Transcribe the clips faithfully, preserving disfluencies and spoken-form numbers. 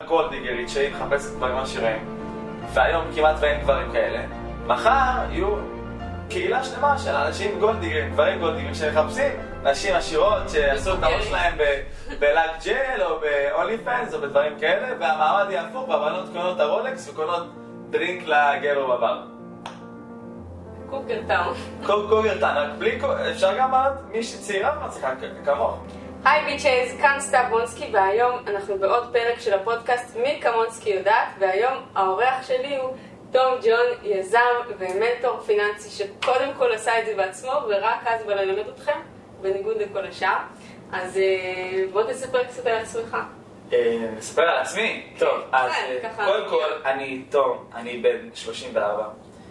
גולדיגרית שהיא מחפשת דברים עשירים, והיום כמעט ואין גברים כאלה. מחר יהיו קהילה שלמה של אנשים גולדיגרים, גברים גולדיגרים שמחפשים נשים עשירות שעשו את הראש שלהם בלאק ג'ל או באולי פנס או בדברים כאלה, והמעמד יהיה הפוך, והבנות קונות הרולקס וקונות דרינק לגבר בבר. קוקרטאון. קוקרטאון, רק בלי, אפשר גם בנות מישהי צעירה ומצליחה כמוך. היי ביצ'ייז, כאן סתיו מונסקי, והיום אנחנו בעוד פרק של הפודקאסט מי כמונסקי יודעת, והיום האורח שלי הוא תום ג'ון, יזם ומנטור פיננסי שקודם כל עשה את זה בעצמו ורק אז בא ללמד אתכם, בניגוד לכל השאר. אז בוא תספר קצת על עצמך. נספר על עצמי? טוב, אז קודם כל אני תום, אני בן שלושים וארבע,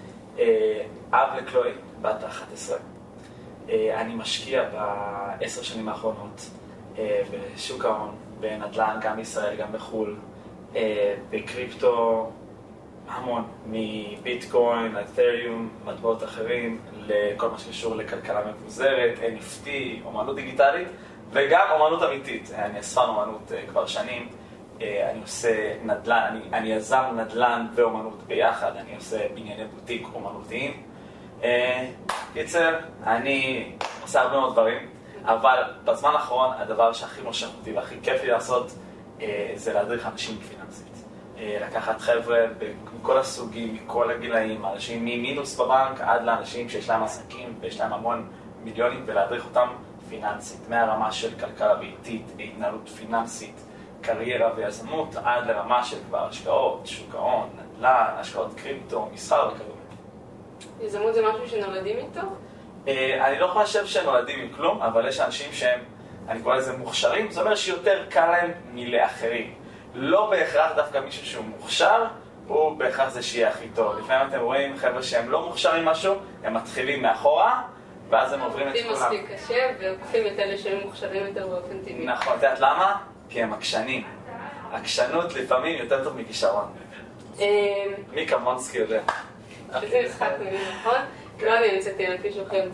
אב לקלוי, בת אחת עשרה. אני משקיע בעשר שנים האחרונות בשוק ההון, בנדל"ן, גם בישראל, גם בחול, בקריפטו, המון, מביטקוין, אתריום, מטבעות אחרים, לכל מה שקשור לכלכלה מבוזרת, אן אף טי, אומנות דיגיטלית, וגם אומנות אמיתית. אני אספן אומנות כבר שנים, אני עושה נדל"ן, אני, אני יזם נדל"ן ואומנות ביחד, אני עושה בנייני בוטיק אומנותיים. קיצר, אני עושה הרבה מאוד דברים, אבל בזמן האחרון הדבר שהכי מושך אותי והכי כיף לי לעשות זה להדריך אנשים פיננסית. לקחת חבר'ה מכל הסוגים, מכל הגילאים, אנשים ממינוס בבנק עד לאנשים שיש להם עסקים ויש להם המון מיליונים, ולהדריך אותם פיננסית, מהרמה של כלכלה ביתית, התנהלות פיננסית, קריירה ויזמות, עד לרמה של כבר השקעות, שוק ההון, נדל"ן, השקעות קריפטו, מסחר וכדומה. יזמות זה משהו שנולדים איתו? אני לא חושב שנולדים עם כלום, אבל יש אנשים שהם, אני קורא לזה מוכשרים, זאת אומרת שיותר קל להם מלאחרים. לא בהכרח דווקא מישהו שהוא מוכשר, הוא בהכרח זה שיהיה הכי טוב. לפעמים אתם רואים חבר'ה שהם לא מוכשרים משהו, הם מתחילים מאחורה, ואז הם עוברים את כולם. עובדים מספיק קשה, ועוקפים את אלה שהם מוכשרים יותר באופן טבעי. נכון, את יודעת למה? כי הם עקשנים. עקשנות לפעמים יותר טוב מכישרון. מי כמונסקי יודע. שזה משחק מילים, נכון? לא אני מצאתי על כפי שוכם.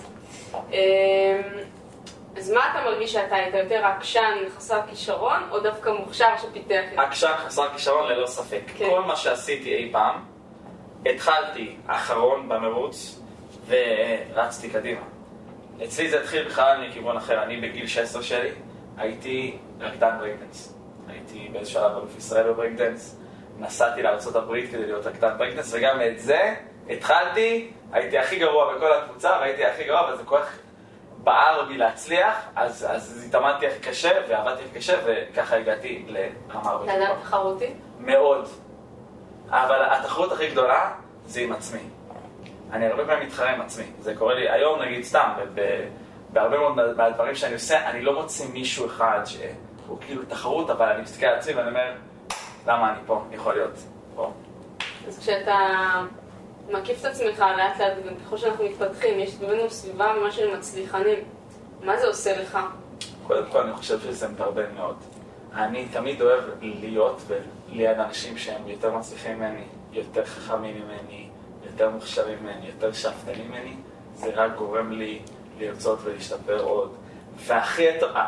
אז מה אתה מרגיש שאתה היית יותר עקשן, חסר כישרון, או דווקא מוכשר שפיתח את זה? עקשן, חסר כישרון ללא ספק. כל מה שעשיתי אי פעם, התחלתי אחרון במרוץ ורצתי קדימה. אצלי זה התחיל בכלל מכיוון אחר. אני בגיל שש עשרה שלי הייתי רקדן ברייקדנס. הייתי באיזה שלב אלוף ישראל בברייקדנס. נסעתי לארצות הברית כדי להיות רקדן ברייקדנס, וגם את זה התחלתי, הייתי הכי גרוע בכל הקבוצה, והייתי הכי גרוע, אבל זה כל כך בער בי להצליח, אז, אז התאמנתי הכי קשה, ועבדתי הכי קשה, וככה הגעתי לרמה הרבה. אתה אדם תחרותי? מאוד. אבל התחרות הכי גדולה זה עם עצמי. אני הרבה פעמים מתחרה עם עצמי. זה קורה לי היום, נגיד סתם, בהרבה מאוד מהדברים שאני עושה, אני לא מוצא מישהו אחד שהוא כאילו תחרות, אבל אני מסתכל על עצמי ואני אומר, למה אני פה? אני יכול להיות פה. אז כשאתה מקיף את עצמך לאט לאט, גם ככל שאנחנו מתפתחים, יש בינינו סביבה ממש של מצליחנים. מה זה עושה לך? קודם כל אני חושב שזה מטרבן מאוד. אני תמיד אוהב להיות וליד אנשים שהם יותר מצליחים ממני, יותר חכמים ממני, יותר מוכשרים ממני, יותר שאפתנים ממני. זה רק גורם לי לרצות ולהשתפר עוד. והכי,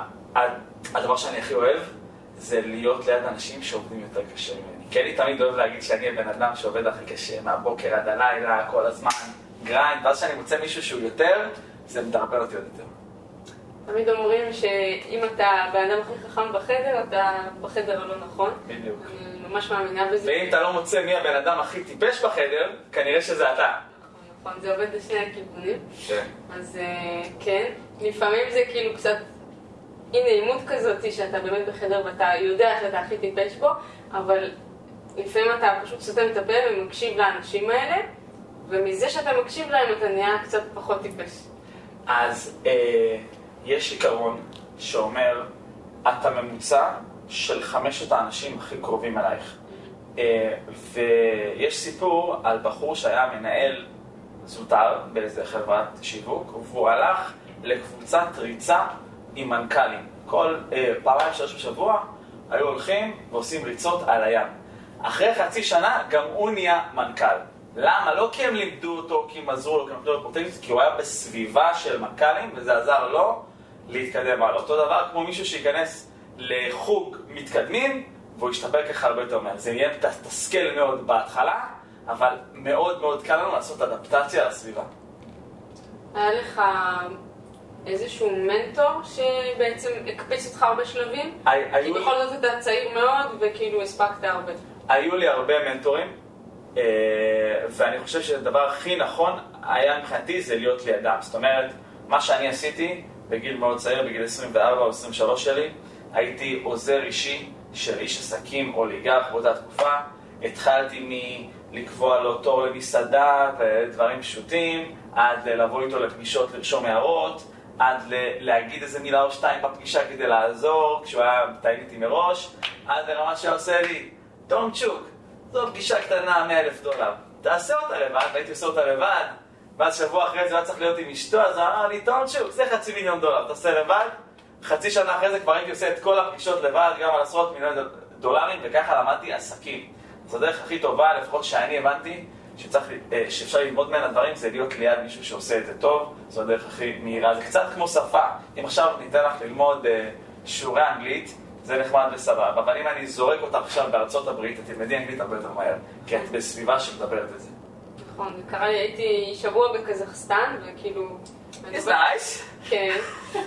הדבר שאני הכי אוהב זה להיות ליד אנשים שעובדים יותר קשה ממני. כי אני תמיד אוהב להגיד שאני הבן אדם שעובד הכי קשה, מהבוקר עד הלילה, כל הזמן, גריינד, ואז שאני מוצא מישהו שהוא יותר, זה מדרבן אותי עוד יותר. תמיד אומרים שאם אתה בן אדם הכי חכם בחדר, אתה בחדר הלא נכון. בדיוק. אני ממש מאמינה בזה. ואם אתה לא מוצא מי הבן אדם הכי טיפש בחדר, כנראה שזה אתה. נכון, נכון, זה עובד לשני הכיוונים. כן. אז כן, לפעמים זה כאילו קצת אי נעימות כזאת שאתה באמת בחדר ואתה יודע שאתה הכי טיפש בו, אבל לפעמים אתה פשוט סותם את הפה ומקשיב לאנשים האלה, ומזה שאתה מקשיב להם אתה נהיה קצת פחות טיפש. אז אה, יש עיקרון שאומר, אתה ממוצע של חמשת האנשים הכי קרובים אלייך. אה, ויש סיפור על בחור שהיה מנהל זוטר באיזה חברת שיווק, והוא הלך לקבוצת ריצה עם מנכ"לים. כל אה, פעמיים שלוש בשבוע היו הולכים ועושים ריצות על הים. אחרי חצי שנה גם הוא נהיה מנכ"ל. למה? לא כי הם לימדו אותו, כי הם עזרו לו, כי הם נתנו לו פרוטקציות, כי הוא היה בסביבה של מנכ"לים וזה עזר לו להתקדם הלאה. אותו דבר כמו מישהו שיכנס לחוג מתקדמים והוא ישתפר ככה הרבה יותר מהר. זה יהיה תסכל מאוד בהתחלה, אבל מאוד מאוד קל לנו לעשות אדפטציה לסביבה. היה לך איזשהו מנטור שבעצם הקפיץ אותך הרבה שלבים? כי בכל זאת אתה צעיר מאוד וכאילו הספקת הרבה. היו לי הרבה מנטורים, ואני חושב שהדבר הכי נכון היה מבחינתי זה להיות לידם. זאת אומרת, מה שאני עשיתי בגיל מאוד צעיר, בגיל עשרים וארבע או עשרים ושלוש שלי, הייתי עוזר אישי של איש עסקים או ליגח באותה תקופה. התחלתי מלקבוע לו תור למסעדה ודברים פשוטים, עד לבוא איתו לפגישות לרשום הערות, עד להגיד איזה מילה או שתיים בפגישה כדי לעזור, כשהוא היה מתאם איתי מראש, עד לרמה שעושה לי, תום צ'וק, זו פגישה קטנה, מאה אלף דולר, תעשה אותה לבד, והייתי עושה אותה לבד, ואז שבוע אחרי זה היה צריך להיות עם אשתו, אז הוא אמר לי, תום צ'וק, זה חצי מיליון דולר, תעשה לבד, חצי שנה אחרי זה כבר הייתי עושה את כל הפגישות לבד, גם על עשרות מיליון דולרים, וככה למדתי עסקים. אז הדרך הכי טובה, לפחות שאני הבנתי, שצריך, שאפשר ללמוד מן הדברים, זה להיות ליד מישהו שעושה את זה טוב, זו הדרך הכי מהירה. זה קצת כמו שפה. אם עכשיו ניתן לך ללמוד שיעורי אנגלית, זה נחמד וסבבה. אבל אם אני זורק אותך עכשיו בארצות הברית, את תלמדי אנגלית הרבה יותר מהר, כי את בסביבה שמדברת את זה. נכון, זה קרה לי, הייתי שבוע בקזחסטן, וכאילו... It's nice. כן,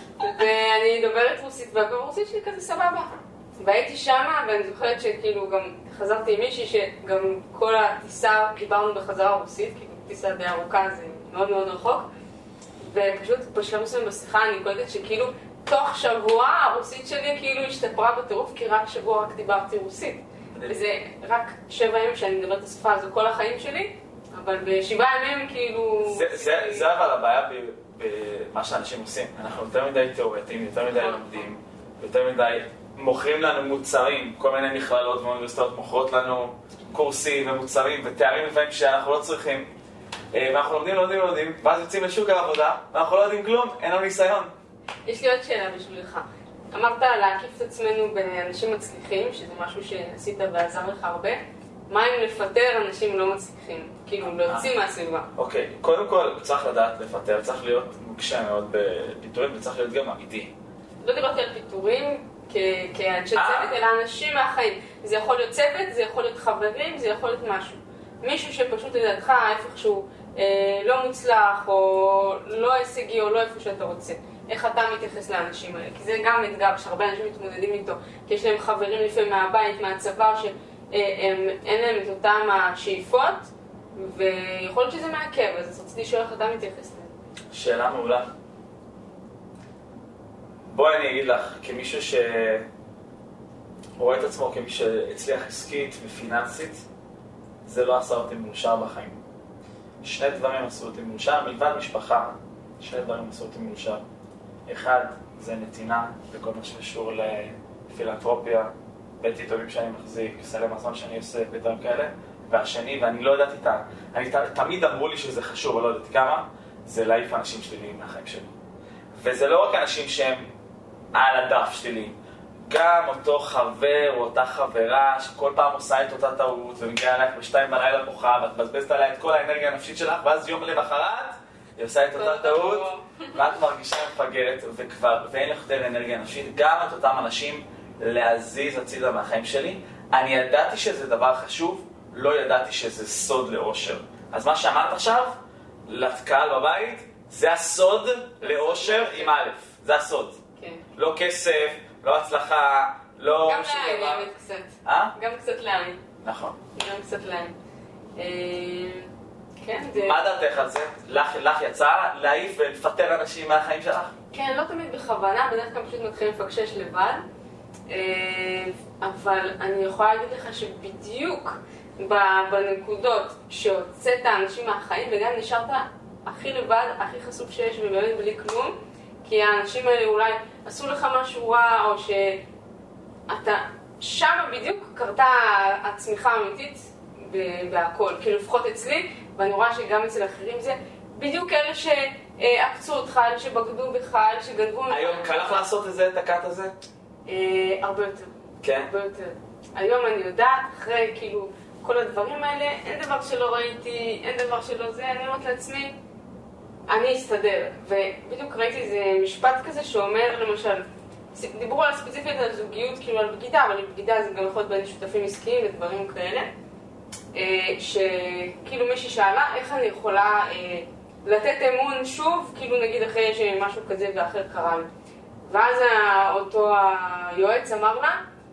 ואני דוברת רוסית, והרוסית שלי כזה סבבה. והייתי שמה, ואני זוכרת שכאילו גם חזרתי עם מישהי שגם כל הטיסה דיברנו בחזרה רוסית, כאילו טיסה די ארוכה, זה מאוד מאוד רחוק, ופשוט בשלב מסוים בשיחה אני קולטת שכאילו תוך שבוע הרוסית שלי כאילו השתפרה בטירוף, כי רק שבוע רק דיברתי רוסית. וזה רק שבע ימים שאני מדברת את השפה הזו כל החיים שלי, אבל בשבעה ימים כאילו... זה, זה, זה אבל הבעיה במה שאנשים עושים. אנחנו יותר מדי תיאורטיים, יותר מדי לומדים, יותר מדי... מוכרים לנו מוצרים, כל מיני מכללות ואוניברסיטאות מוכרות לנו קורסים ומוצרים ותארים לפעמים שאנחנו לא צריכים, ואנחנו לומדים, לומדים, לומדים, ואז יוצאים לשוק העבודה ואנחנו לא יודעים כלום, אין לנו ניסיון. יש לי עוד שאלה בשבילך. אמרת להקיף את עצמנו באנשים מצליחים, שזה משהו שעשית ועזר לך הרבה. מה אם לפטר אנשים לא מצליחים? כאילו, להוציא מהסביבה. אוקיי, קודם כל צריך לדעת לפטר, צריך להיות מוקשה מאוד בפיטורים וצריך להיות גם אמיתי. לא דיברתי על פיטורים כאנשי צוות, אלא אנשים מהחיים. זה יכול להיות צוות, זה יכול להיות חברים, זה יכול להיות משהו. מישהו שפשוט לדעתך איפשהו אה, לא מוצלח, או לא הישגי, או לא איפה שאתה רוצה. איך אתה מתייחס לאנשים האלה? כי זה גם אתגר שהרבה אנשים מתמודדים איתו, כי יש להם חברים לפעמים מהבית, מהצבא, שאין להם את אותם השאיפות, ויכול להיות שזה מעכב, אז רציתי לשאול איך אתה מתייחס לזה. שאלה מעולה. בואי אני אגיד לך, כמישהו שרואה את עצמו כמי שהצליח עסקית ופיננסית, זה לא עשה אותי מאושר בחיים. שני דברים עשו אותי מאושר, מלבד משפחה, שני דברים עשו אותי מאושר. אחד, זה נתינה בכל מה שקשור לפילנתרופיה, בית עיתונים שאני מחזיק, סלי מזון שאני עושה, ודברים כאלה. והשני, ואני לא ידעתי את ה... אני תמיד אמרו לי שזה חשוב, אבל לא ידעתי כמה, זה להעיף אנשים שליליים מהחיים שלי. וזה לא רק אנשים שהם על הדף שלי, גם אותו חבר או אותה חברה שכל פעם עושה את אותה טעות ומגיעה אלייך בשתיים בלילה בוכה ואת מבזבזת עליה את כל האנרגיה הנפשית שלך, ואז יום למחרת היא עושה את אותה טעות ואת מרגישה מפגרת וכבר, ואין לך יותר אנרגיה נפשית. גם את אותם אנשים להזיז הצידה מהחיים שלי. אני ידעתי שזה דבר חשוב, לא ידעתי שזה סוד לאושר. אז מה שאמרת עכשיו לקהל בבית, זה הסוד לאושר עם א', זה הסוד. כן. לא כסף, לא הצלחה, לא... גם לעין, האמת קצת. אה? גם קצת לעין. נכון. גם קצת לעין. כן, זה... מה דעתך על זה? לך, לך יצא להעיף ולפטר אנשים מהחיים שלך? כן, לא תמיד בכוונה, בדרך כלל פשוט מתחילים לפקשש לבד. אבל אני יכולה להגיד לך שבדיוק בנקודות שהוצאת האנשים מהחיים וגם נשארת הכי לבד, הכי חשוף שיש ובאמת בלי כלום, כי האנשים האלה אולי עשו לך משהו רע, או שאתה שם בדיוק קרתה הצמיחה האמיתית בהכל, כאילו לפחות אצלי, ואני רואה שגם אצל אחרים זה בדיוק אלה שעקצו אותך, אלה שבגדו בך, אלה שגנבו... היום קל לך לעשות את זה, את הקאט הזה? הרבה יותר. כן? הרבה יותר. היום אני יודעת, אחרי כאילו כל הדברים האלה, אין דבר שלא ראיתי, אין דבר שלא זה, אני אומרת לעצמי, אני אסתדר. ובדיוק ראיתי איזה משפט כזה שאומר, למשל, דיברו על ספציפית על זוגיות, כאילו על בגידה, אבל בגידה זה גם יכול להיות בין שותפים עסקיים ודברים כאלה. שכאילו מישהי שאלה איך אני יכולה לתת אמון שוב, כאילו נגיד אחרי שמשהו כזה ואחר קרה לי. ואז אותו היועץ אמר לה,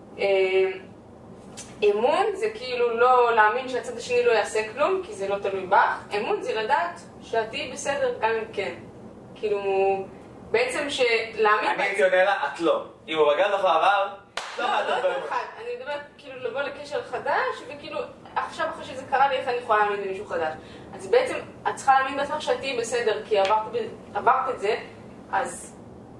אמון זה כאילו לא להאמין שהצד השני לא יעשה כלום, כי זה לא תלוי בך. אמון זה לדעת שאת תהיי בסדר גם אם כן. כאילו, בעצם שלהאמין... אני הייתי עונה לה, את לא. אם הוא בגד לך עבר, לא, לא את אחד. אני מדברת כאילו לבוא לקשר חדש, וכאילו עכשיו אחרי שזה קרה לי, איך אני יכולה להאמין למישהו חדש. אז בעצם את צריכה להאמין בעצמך שאת תהיי בסדר, כי עברת את זה, אז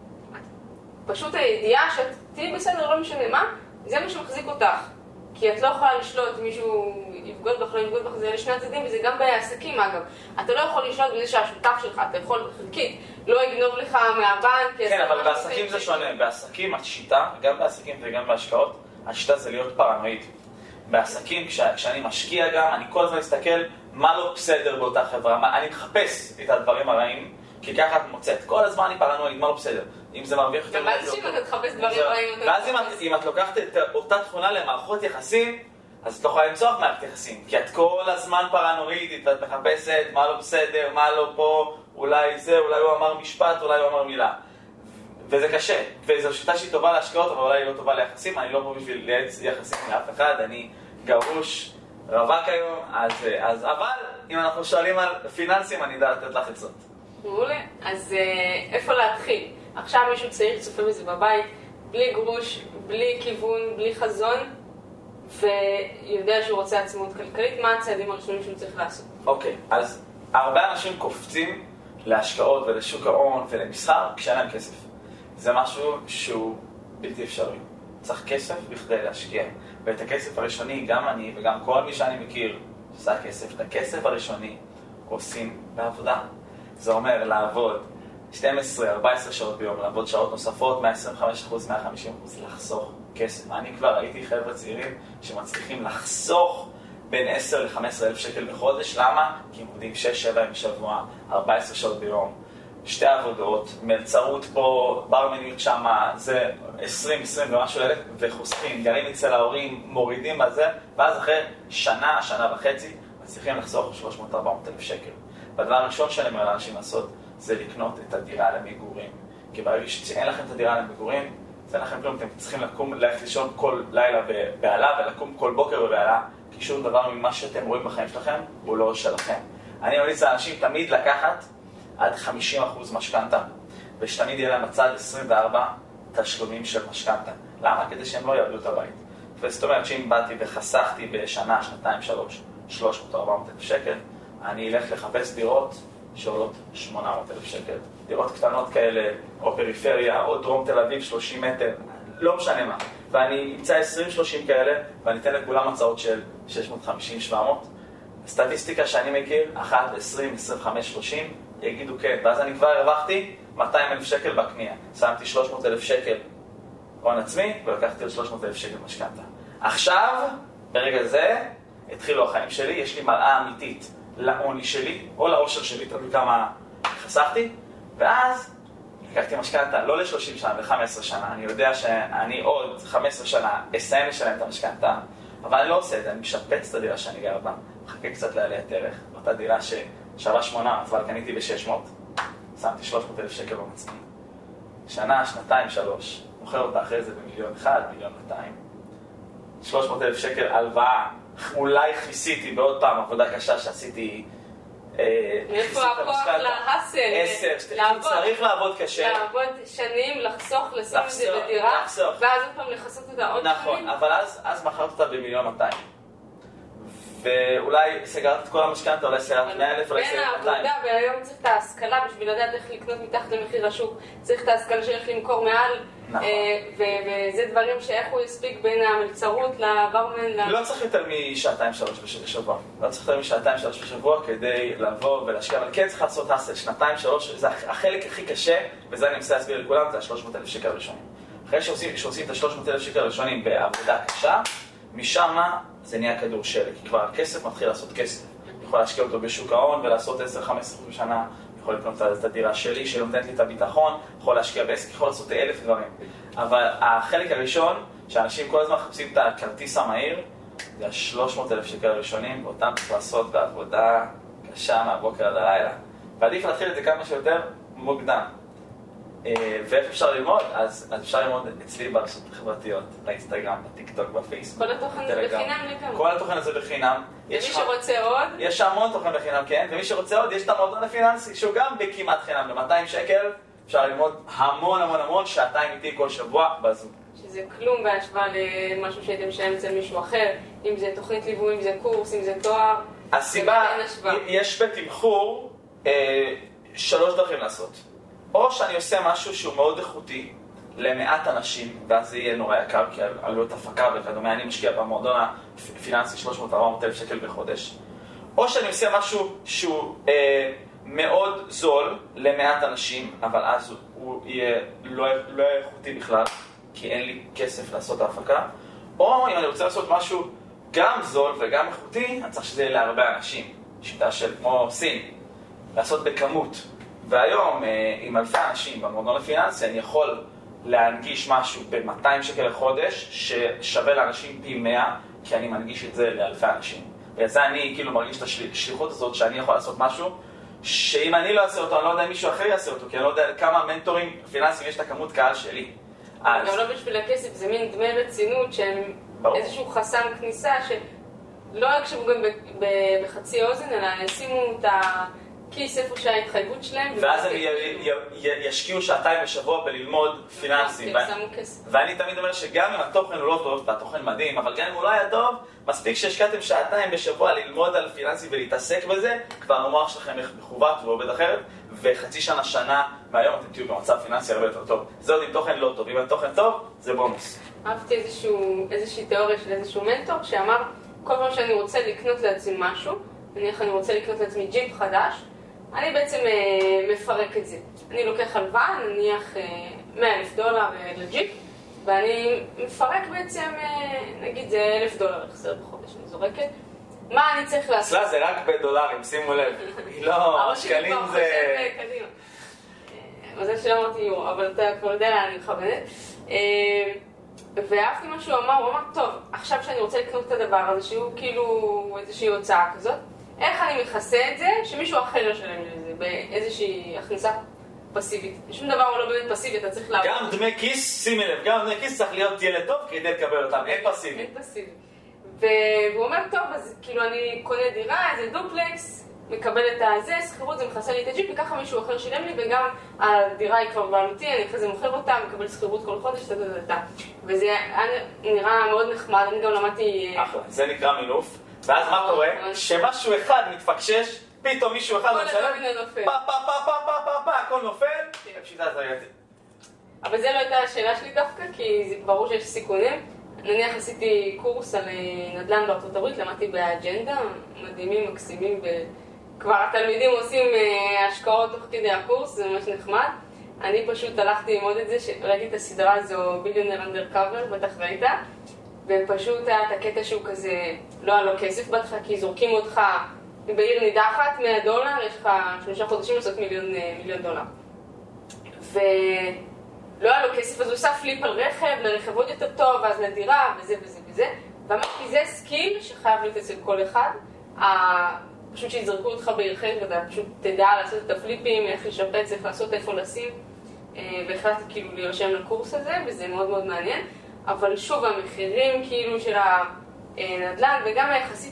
פשוט הידיעה שאת תהיי בסדר, לא משנה מה, זה מה שמחזיק אותך. כי את לא יכולה לשלוט, מישהו יבגוד בך, לא יבגוד בך, זה לשני הצדדים, וזה גם בעסקים אגב. אתה לא יכול לשלוט בזה שהשותף שלך, אתה יכול חלקית, לא יגנוב לך מהבנק. כן, אבל בעסקים זה שונה. בעסקים השיטה, גם בעסקים וגם בהשקעות, השיטה זה להיות פרנואיד. בעסקים, כשאני משקיע גם, אני כל הזמן מסתכל מה לא בסדר באותה חברה, אני מחפש את הדברים הרעים, כי ככה את מוצאת. כל הזמן אני פרנואיד, מה לא בסדר. אם זה מרוויח יותר... גם אז שאם אתה תחפש דברים רעים... ואז אם את לוקחת את אותה תכונה למערכות יחסים, אז את לא יכולה למצוא מערכת יחסים. כי את כל הזמן פרנואידית, ואת מחפשת מה לא בסדר, מה לא פה, אולי זה, אולי הוא אמר משפט, אולי הוא אמר מילה. וזה קשה. וזו שיטה שהיא טובה להשקעות, אבל אולי היא לא טובה ליחסים. אני לא פה בשביל לייעץ יחסים לאף אחד, אני גרוש, רווק היום, אז, אז, אבל אם אנחנו שואלים על פיננסים, אני יודע לתת לך עצות. מעולה. אז איפה להתחיל? עכשיו מישהו צעיר צופה בזה בבית, בלי גרוש, בלי כיוון, בלי חזון, ויודע שהוא רוצה עצמאות כלכלית, מה הצעדים הראשונים שהוא צריך לעשות? אוקיי, אז הרבה אנשים קופצים להשקעות ולשוק ההון ולמסחר כשאין להם כסף. זה משהו שהוא בלתי אפשרי. צריך כסף בכדי להשקיע. ואת הכסף הראשוני, גם אני וגם כל מי שאני מכיר שעושה כסף, את הכסף הראשוני עושים בעבודה. זה אומר לעבוד שתים עשרה ארבע עשרה שעות ביום, לעבוד שעות נוספות, מאה עשרים וחמישה אחוז, מאה וחמישים אחוז, לחסוך כסף. אני כבר ראיתי חבר'ה צעירים שמצליחים לחסוך בין עשרה לחמש עשרה אלף שקל בחודש. למה? כי הם עובדים שש שבע ימים בשבוע, ארבע עשרה שעות ביום, שתי עבודות, מלצרות פה, ברמניות שמה, זה עשרים עשרים ומשהו אלף, וחוסכים, גרים אצל ההורים, מורידים בזה, ואז אחרי שנה, שנה וחצי, מצליחים לחסוך שלוש מאות ארבע מאות אלף שקל. והדבר הראשון שאני אומר לאנשים לעשות, זה לקנות את הדירה למגורים. כי ברגע שאין לכם את הדירה למגורים, זה אין לכם כלום, אתם צריכים לקום, ללכת לישון כל לילה בבעלה, ולקום כל בוקר בבעלה, כי שום דבר ממה שאתם רואים בחיים שלכם, הוא לא שלכם. אני ממליץ לאנשים תמיד לקחת עד חמישים אחוז משכנתה, ושתמיד יהיה להם בצד עשרים וארבע תשלומים של משכנתה. למה? כדי שהם לא יעבדו את הבית. וזאת אומרת שאם באתי וחסכתי בשנה, שנתיים, שלוש, שלוש מאות ארבע מאות אלף שקל, אני אלך לחפש דירות שעולות שמונה מאות אלף שקל. דירות קטנות כאלה, או פריפריה, או דרום תל אביב, שלושים מטר, לא משנה מה. ואני אמצא עשרים שלושים כאלה, ואני אתן לכולם הצעות של שש מאות חמישים שבע מאות. סטטיסטיקה שאני מכיר, אחת, עשרים, עשרים וחמש, שלושים, יגידו כן. ואז אני כבר הרווחתי מאתיים אלף שקל בקנייה. שמתי שלוש מאות אלף שקל הון עצמי, ולקחתי עוד שלוש מאות אלף שקל משכנתה. עכשיו, ברגע זה, התחילו החיים שלי, יש לי מראה אמיתית לעוני שלי, או לעושר שלי, תלוי כמה חסכתי, ואז לקחתי משכנתה, לא ל-שלושים שנה, ל-חמש עשרה שנה. אני יודע שאני עוד חמש עשרה שנה אסיים לשלם את המשכנתה, אבל אני לא עושה את זה, אני משפץ את הדירה שאני גר בה, מחכה קצת לעליית ערך, אותה דירה ששווה שמונה, אבל קניתי ב-שש מאות, שמתי שלוש מאות אלף שקל במצמי. שנה, שנתיים, שלוש, מוכר אותה אחרי זה במיליון אחד, מיליון מאתיים. שלוש מאות אלף שקל הלוואה, אולי חיסיתי בעוד פעם עבודה קשה שעשיתי. איפה הכוח להסל? עשר, צריך לעבוד קשה. לעבוד שנים, לחסוך, לשים את זה בדירה, ואז עוד פעם לחסות אותה עוד שנים. נכון, אבל אז מכרת אותה במיליון מאתיים. ואולי סגרת את כל המשכנתה, אולי סגרת מאה אלף, אולי סגרת מאתיים. בין העבודה, והיום צריך את ההשכלה בשביל לדעת איך לקנות מתחת למחיר השוק. צריך את ההשכלה שאיך למכור מעל. נכון. וזה דברים שאיך הוא יספיק בין המלצרות לברמן. לא צריך יותר משעתיים שלוש בשבוע. לא צריך יותר משעתיים שלוש בשבוע כדי לבוא ולהשקיע. אבל כן צריך לעשות הסל, שנתיים שלוש, זה החלק הכי קשה, וזה אני מנסה להסביר לכולם, זה ה-שלוש מאות אלף שקל הראשונים. אחרי שעושים את ה-שלוש מאות אלף שקל הראשונים בעבודה קשה, משם זה נהיה כדור שלג, כי כבר הכסף מתחיל לעשות כסף. יכול להשקיע אותו בשוק ההון ולעשות עשר חמש עשרה בשנה, יכול לקנות את הדירה שלי, שנותנת לי את הביטחון, יכול להשקיע בעסק, יכול לעשות אלף דברים. אבל החלק הראשון, שאנשים כל הזמן מחפשים את הכרטיס המהיר, זה ה-שלוש מאות אלף שקל הראשונים, ואותם צריך לעשות בעבודה קשה מהבוקר עד הלילה. ועדיף להתחיל את זה כמה שיותר מוקדם. ואיך אפשר ללמוד? אז, אז אפשר ללמוד אצלי ברשתות החברתיות, באינסטגרם, בטיקטוק, בפייסבוק. כל התוכן הזה בחינם לגמרי. כל התוכן הזה בחינם. ומי שרוצה עוד? יש המון תוכן בחינם, כן. ומי שרוצה עוד, יש את המועדון הפיננסי, שהוא גם בכמעט חינם, ב-מאתיים שקל. אפשר ללמוד המון המון המון, שעתיים איתי כל שבוע בזום. שזה כלום בהשוואה למשהו שהייתם משלם אצל מישהו אחר, אם זה תוכנית ליווי, אם זה קורס, אם זה תואר. הסיבה, יש בתמחור אה, שלוש דרכים לעשות. או שאני עושה משהו שהוא מאוד איכותי למעט אנשים, ואז זה יהיה נורא יקר, כי עלויות הפקה וכדומה, אני משקיע במועדון הפיננסי שלוש מאות ארבע מאות אלף שקל בחודש. או שאני עושה משהו שהוא אה, מאוד זול למעט אנשים, אבל אז הוא, הוא יהיה לא, לא איכותי בכלל, כי אין לי כסף לעשות ההפקה. או אם אני רוצה לעשות משהו גם זול וגם איכותי, אני צריך שזה יהיה להרבה אנשים. שיטה של כמו סין, לעשות בכמות. והיום, עם אלפי אנשים במועדון הפיננסי, אני יכול להנגיש משהו ב-מאתיים שקל לחודש, ששווה לאנשים פי מאה, כי אני מנגיש את זה לאלפי אנשים. וזה אני כאילו מרגיש את השליחות הזאת, שאני יכול לעשות משהו, שאם אני לא אעשה אותו, אני לא יודע אם מישהו אחר יעשה אותו, כי אני לא יודע כמה מנטורים פיננסיים יש את הכמות קהל שלי. אז... גם לא בשביל הכסף, זה מין דמי רצינות שהם ברור. איזשהו חסם כניסה, שלא יקשבו גם בחצי אוזן, אלא ישימו את ה... כיס איפה שההתחייבות שלהם. ואז הם ישקיעו שעתיים בשבוע בללמוד פיננסים. ואני תמיד אומר שגם אם התוכן הוא לא טוב, והתוכן מדהים, אבל גם אם הוא לא היה טוב, מספיק שהשקעתם שעתיים בשבוע ללמוד על פיננסים ולהתעסק בזה, כבר המוח שלכם מכוות ועובד אחרת, וחצי שנה, שנה, והיום אתם תהיו במצב פיננסי הרבה יותר טוב. זה עוד עם תוכן לא טוב. אם התוכן טוב, זה בונוס. אהבתי איזושהי תיאוריה של איזשהו מנטור שאמר, כל פעם שאני רוצה לקנות לעצמי משהו, נניח אני רוצה לקנות לעצמי ג'יפ חדש, אני בעצם אה, מפרק את זה. אני לוקח הלוואה, נניח אה, מאה אלף דולר אה, לג'יפ, ואני מפרק בעצם, אה, נגיד זה אלף דולר החסר בחודש, אני זורקת. מה אני צריך לעשות? אצלה זה רק בדולרים, שימו לב. לא, שקלים זה... מזל שלא אמרתי יורו, אבל אתה כבר יודע לאן אני מכוונת. אה, ואהבתי מה שהוא אמר, הוא אמר, טוב, עכשיו שאני רוצה לקנות את הדבר הזה, שהוא כאילו איזושהי הוצאה כזאת, איך אני מכסה את זה שמישהו אחר ישלם לזה, באיזושהי הכנסה פסיבית. שום דבר הוא לא באמת פסיבי, אתה צריך לעבוד. גם דמי כיס, שימי לב, גם דמי כיס צריך להיות ילד טוב כדי לקבל אותם, אין פסיבי. אין פסיבי. והוא אומר, טוב, אז כאילו אני קונה דירה, איזה דופלקס, מקבל את הזה, שכירות, זה מכסה לי את הג'יפ, וככה מישהו אחר שילם לי, וגם הדירה היא כבר בעלותי, אני אחרי זה מוכר אותה, מקבל שכירות כל חודש, תתתתת. וזה נראה מאוד נחמד, אני גם למדתי... אחלה, זה נקרא מינוף. ואז מה קורה? שמשהו אחד מתפקשש, פתאום מישהו אחד משלם, פה פה פה פה פה פה פה, הכל נופל, פשיטה זה הגעתי. אבל זה לא הייתה השאלה שלי דווקא, כי זה ברור שיש סיכונים. נניח עשיתי קורס על נדל"ן בארצות הברית, למדתי באג'נדה, מדהימים, מקסימים, וכבר התלמידים עושים השקעות תוך כדי הקורס, זה ממש נחמד. אני פשוט הלכתי ללמוד את זה, ראיתי את הסדרה הזו, ביליונר אנדרקאבר, בטח ראית. ופשוט היה את הקטע שהוא כזה, לא היה לו כסף בהתחלה, כי זורקים אותך בעיר נידחת, מאה דולר, יש לך שלושה חודשים לעשות מיליון, מיליון דולר. ולא היה לו כסף, אז הוא עושה פליפ על רכב, לרכב עוד יותר טוב, אז לדירה, וזה וזה וזה. ואמרתי, זה סקיל שחייב להיות אצל כל אחד. פשוט שיזרקו אותך בעיר אחרת, ואתה פשוט תדע לעשות את הפליפים, איך לשפץ, איך לעשות, איפה לשים. והחלטתי כאילו להירשם לקורס הזה, וזה מאוד מאוד מעניין. אבל שוב, המחירים כאילו של הנדל"ן, וגם היחסית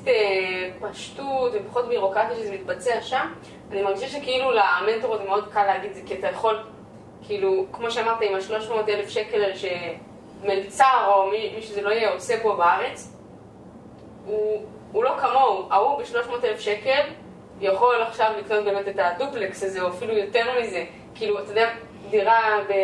פשטות ופחות בירוקרטיה שזה מתבצע שם, אני מרגישה שכאילו למנטורות זה מאוד קל להגיד זה, כי אתה יכול, כאילו, כמו שאמרת, עם ה-שלוש מאות אלף שקל שמלצר או מי, מי שזה לא יהיה עושה פה בארץ, הוא, הוא לא כמוהו, ההוא ב-שלוש מאות אלף שקל יכול עכשיו לקנות באמת את הדופלקס הזה, או אפילו יותר מזה, כאילו, אתה יודע, דירה ב...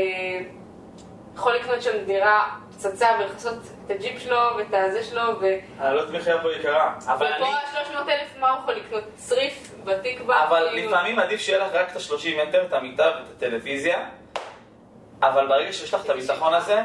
יכול לקנות שם דירה פצצה ולחסות את הג'יפ שלו ואת הזה שלו ו... אני לא תמיכה פה יקרה. ופה ה-שלוש מאות אלף מה הוא יכול לקנות? צריף בתקווה? אבל לפעמים עדיף שיהיה לך רק את ה-שלושים מטר, את המיטה ואת הטלוויזיה, אבל ברגע שיש לך את הביטחון הזה,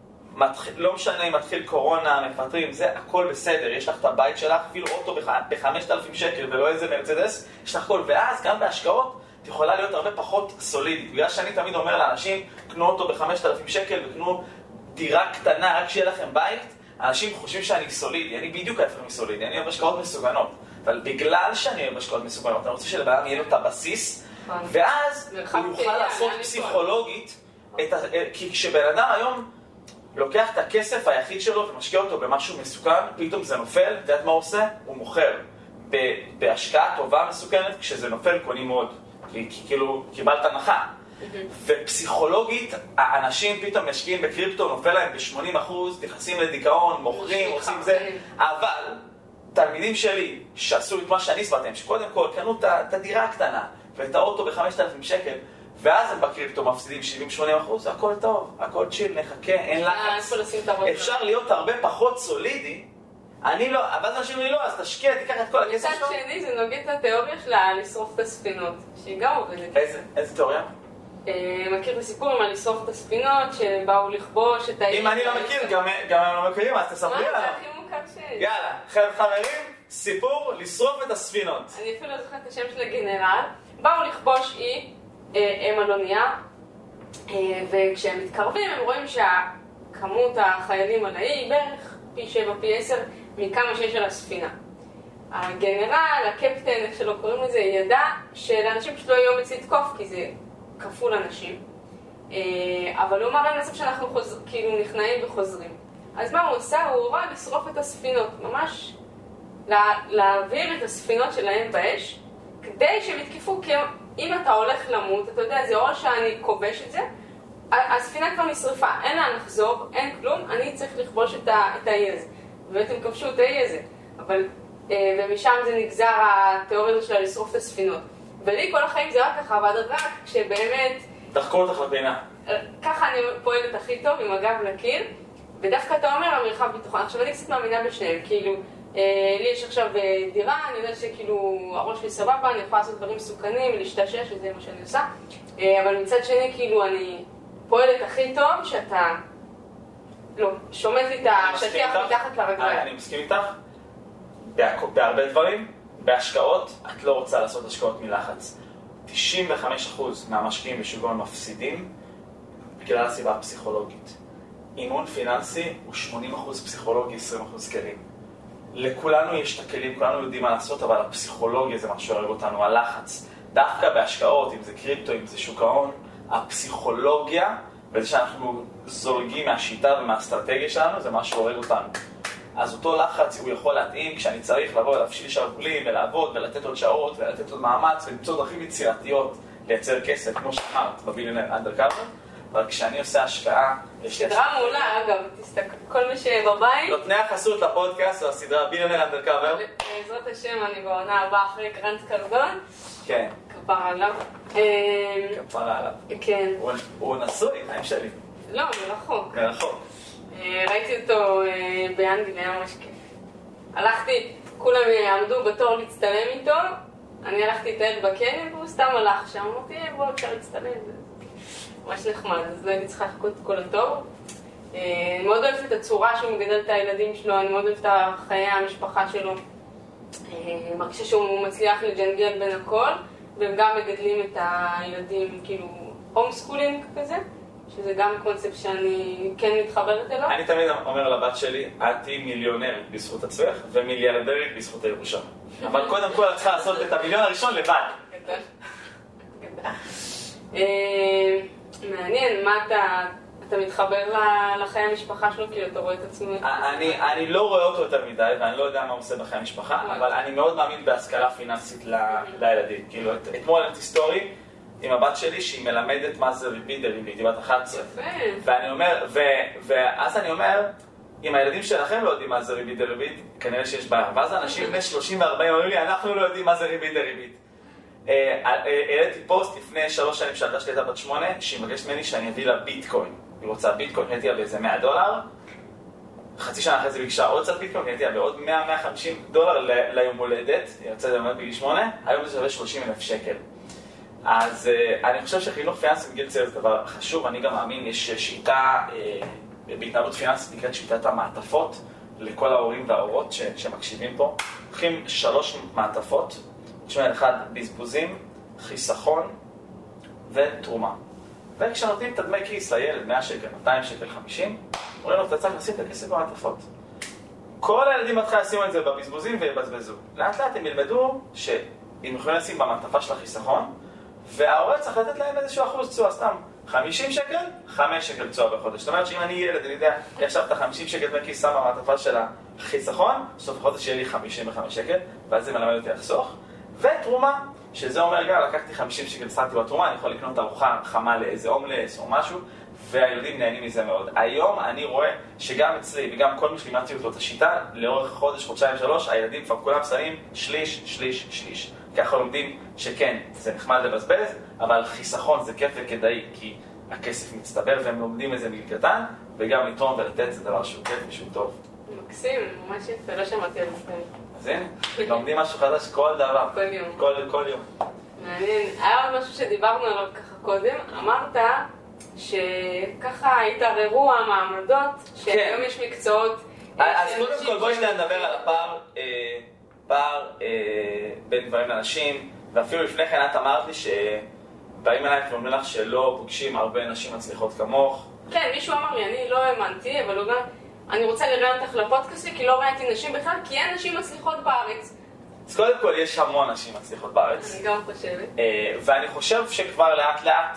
לא משנה אם מתחיל קורונה, מפטרים, זה הכל בסדר, יש לך את הבית שלך, אפילו אוטו ב-חמשת אלפים שקל ולא איזה מרצדס, יש לך הכל, ואז גם בהשקעות, יכולה להיות הרבה פחות סולידית. בגלל שאני תמיד אומר לאנשים, קנו אותו ב-חמשת אלפים שקל וקנו דירה קטנה, רק שיהיה לכם בית, אנשים חושבים שאני סולידי, אני בדיוק ההפך מסולידי, אני אוהב השקעות מסוגנות. אבל בגלל שאני אוהב השקעות מסוגנות, אני רוצה שלבן יהיה לו את הבסיס, ואז הוא יוכל לעשות פסיכולוגית, כי כשבן אדם היום לוקח את הכסף היחיד שלו ומשקיע אותו במשהו מסוכן, פתאום זה נופל, אתה יודעת מה הוא עושה? הוא מוכר. בהשקעה טובה מסוכנת, כשזה נופל קונים עוד, כי כאילו קיבלת הנחה. ופסיכולוגית, האנשים פתאום משקיעים בקריפטו, נופל להם ב-שמונים אחוז, נכנסים לדיכאון, מוכרים, עושים זה, אבל תלמידים שלי שעשו את מה שאני סברתם, שקודם כל קנו את הדירה הקטנה ואת האוטו ב-חמשת אלפים שקל, ואז הם בקריפטו מפסידים שבעים שמונים אחוז, הכל טוב, הכל צ'יל, נחכה, אין לחץ. אפשר להיות הרבה פחות סולידי, אני לא, אבל אנשים אומרים לא, אז תשקיע, תיקח את כל הכסף שלו. מצד שני, זה נוגד את התיאוריה שלה לשרוף את הספינות, שהיא גם עובדת. איזה תיאוריה? מכיר בסיפורים על לשרוף את הספינות, שבאו לכבוש את העיר. אם אני לא מכיר, גם הם לא מכירים, אז תספרי לנו. מה זה הכי מוכר שיש? יאללה, חבר'ה חברים, סיפור לשרוף את הספינות. אני אפילו לא זוכרת את השם של הגנרל. באו לכבוש אי, הם על אונייה, וכשהם מתקרבים הם רואים שהכמות החיילים על האי היא בערך פי שבע, פי עשר מכמה שיש על הספינה. הגנרל, הקפטן, איך שלא קוראים לזה, ידע שלאנשים פשוט לא יהיו אומץ לתקוף, כי זה כפול אנשים. אבל הוא אמר להם לסוף שאנחנו חוז... כאילו נכנעים וחוזרים. אז מה הוא עושה? הוא הורה לשרוף את הספינות, ממש לה... להעביר את הספינות שלהם באש, כדי שהם יתקפו, כי אם אתה הולך למות, אתה יודע, זה או שאני כובש את זה, הספינה כבר נשרפה, אין לה לחזור, אין כלום, אני צריך לכבוש את, ה... את האי הזה. ובאמת הם כבשו את האי הזה. אבל, ומשם זה נגזר התיאוריה שלה לשרוף את הספינות. ולי כל החיים זה רק ככה, ועד רק כשבאמת... תחקור אותך לפינה. ככה אני פועלת הכי טוב עם הגב לקיר, ודווקא אתה אומר המרחב ביטחון. עכשיו אני קצת מאמינה בשניהם, כאילו, אה, לי יש עכשיו דירה, אני יודעת שכאילו הראש שלי סבבה, אני יכולה לעשות דברים מסוכנים, להשתשש, וזה מה שאני עושה. אה, אבל מצד שני, כאילו, אני פועלת הכי טוב שאתה... לא, שומט לי את השטיח מתחת לרגליים. אני מסכים איתך, בהרבה דברים. בהשקעות, את לא רוצה לעשות השקעות מלחץ. תשעים וחמישה אחוז מהמשקיעים בשוק ההון מפסידים בגלל הסיבה הפסיכולוגית. אימון פיננסי הוא שמונים אחוז פסיכולוגי, עשרים אחוז כלים. לכולנו יש את הכלים, כולנו יודעים מה לעשות, אבל הפסיכולוגיה זה מה שהורג אותנו, הלחץ. דווקא בהשקעות, אם זה קריפטו, אם זה שוק ההון, הפסיכולוגיה, וזה שאנחנו זורגים מהשיטה ומהאסטרטגיה שלנו, זה מה שהורג אותנו. אז אותו לחץ הוא יכול להתאים כשאני צריך לבוא להפשיל שרוולים ולעבוד ולתת עוד שעות ולתת עוד מאמץ ולמצוא דרכים יצירתיות לייצר כסף, כמו שאמרת, בביליונר אנדרקאבר. אבל כשאני עושה השקעה... סדרה מעולה, אגב, תסתכל, כל מי שבבית... נותני החסות לפודקאסט זו הסדרה ביליונר אנדרקאבר. בעזרת השם, אני בעונה הבאה אחרי גרנט קרדון. כן. כפרה עליו. כפרה עליו. כן. הוא נשוי, חיים שלי. לא, מרחוק. מרחוק. ראיתי אותו באנגליה, ממש כיף. הלכתי, כולם עמדו בתור להצטלם איתו, אני הלכתי לטייל בקניון והוא סתם הלך שם, אמרתי, בוא, אפשר להצטלם, זה ממש נחמד, אז לא הייתי צריכה לחכות את כל התור. אני מאוד אוהבת את הצורה שהוא מגדל את הילדים שלו, אני מאוד אוהבת את חיי המשפחה שלו. מרגישה שהוא מצליח לג'נגל בין הכל, והם גם מגדלים את הילדים, כאילו, הום סקולינג כזה. שזה גם קונספט שאני כן מתחברת אליו. אני תמיד אומר לבת שלי, את תהיי מיליונרית בזכות עצמך ומיליארדרית בזכות הירושה. אבל קודם כל את צריכה לעשות את המיליון הראשון לבד. גדל. גדל. מעניין, מה אתה... אתה מתחבר לחיי המשפחה שלו, כאילו אתה רואה את עצמו... אני לא רואה אותו יותר מדי, ואני לא יודע מה הוא עושה בחיי המשפחה, אבל אני מאוד מאמין בהשכלה פיננסית לילדים. כאילו, אתמול את היסטורי, עם הבת שלי שהיא מלמדת מה זה ריבית דריבית, היא בת אחת עשרה. ואני אומר, ואז אני אומר, אם הילדים שלכם לא יודעים מה זה ריבית דריבית, כנראה שיש בעיה. ואז אנשים בני שלושים וארבעים אומרים לי, אנחנו לא יודעים מה זה ריבית דריבית. העליתי פוסט לפני שלוש שנים שהילדה שלי הייתה בת שמונה, שהיא מבקשת ממני שאני אביא לה ביטקוין. היא רוצה ביטקוין, קניתי לה באיזה מאה דולר. חצי שנה אחרי זה ביקשה עוד קצת ביטקוין, קניתי לה בעוד מאה עד מאה וחמישים דולר ליום הולדת. היא יוצאת באמת בגיל שמונה, היום זה שווה שלושים אלף שקל. אז uh, אני חושב שחינוך פיננסי בגיל צעיר זה דבר חשוב, אני גם מאמין, יש שיטה uh, בהתנהלות פיננסית נקראת שיטת המעטפות לכל ההורים וההורות ש- שמקשיבים פה. לוקחים שלוש מעטפות, תשמע, אחד בזבוזים, חיסכון ותרומה. וכשנותנים את הדמי כיס לילד, מאה שקל, מאתיים שקל, חמישים, אומרים לו, אתה צריך לשים את הכסף במעטפות. כל הילדים מתחילים לשים את זה בבזבוזים ויבזבזו. לאט לאט הם ילמדו שהם יכולים לשים במעטפה של החיסכון, וההורה צריך לתת להם איזשהו אחוז תשואה, סתם חמישים שקל, חמש שקל תשואה בחודש. זאת אומרת שאם אני ילד, אני יודע, עכשיו את ה-חמישים שקל דמי כיס שם במעטפה של החיסכון, בסוף החודש יהיה לי חמישים וחמש שקל, ואז זה מלמד אותי לחסוך. ותרומה, שזה אומר גם, לקחתי חמישים שקל, שמתי בתרומה, אני יכול לקנות ארוחה חמה לאיזה הומלס או משהו, והילדים נהנים מזה מאוד. היום אני רואה שגם אצלי וגם כל מי שלימדתי אותו את השיטה, לאורך חודש, חודשיים, שלוש, הילדים כבר כולם שמים שליש, שליש, שליש. ככה לומדים שכן, זה נחמד לבזבז, אבל חיסכון זה כיף וכדאי, כי הכסף מצטבר והם לומדים את זה מגיל קטן, וגם לתרום ולתת זה דבר שהוא כיף ושהוא טוב. מקסים, ממש יפה, לא שמעתי על זה. אז הנה, לומדים משהו חדש כל דבר. כל יום. כל, כל יום. מעניין. היה עוד משהו שדיברנו עליו ככה קודם, אמרת שככה התערערו המעמדות, שהיום יש מקצועות... אז קודם כל בואי שניה נדבר על הפער, פער בין גברים לנשים, ואפילו לפני כן את אמרת לי שבאים אליי ואומרים לך שלא פוגשים הרבה נשים מצליחות כמוך. כן, מישהו אמר לי, אני לא האמנתי, אבל הוא גם... אני רוצה לראיין אותך לפודקאסט כי לא ראיתי נשים בכלל, כי אין נשים מצליחות בארץ. אז קודם כל יש המון נשים מצליחות בארץ. אני גם חושבת. ואני חושב שכבר לאט לאט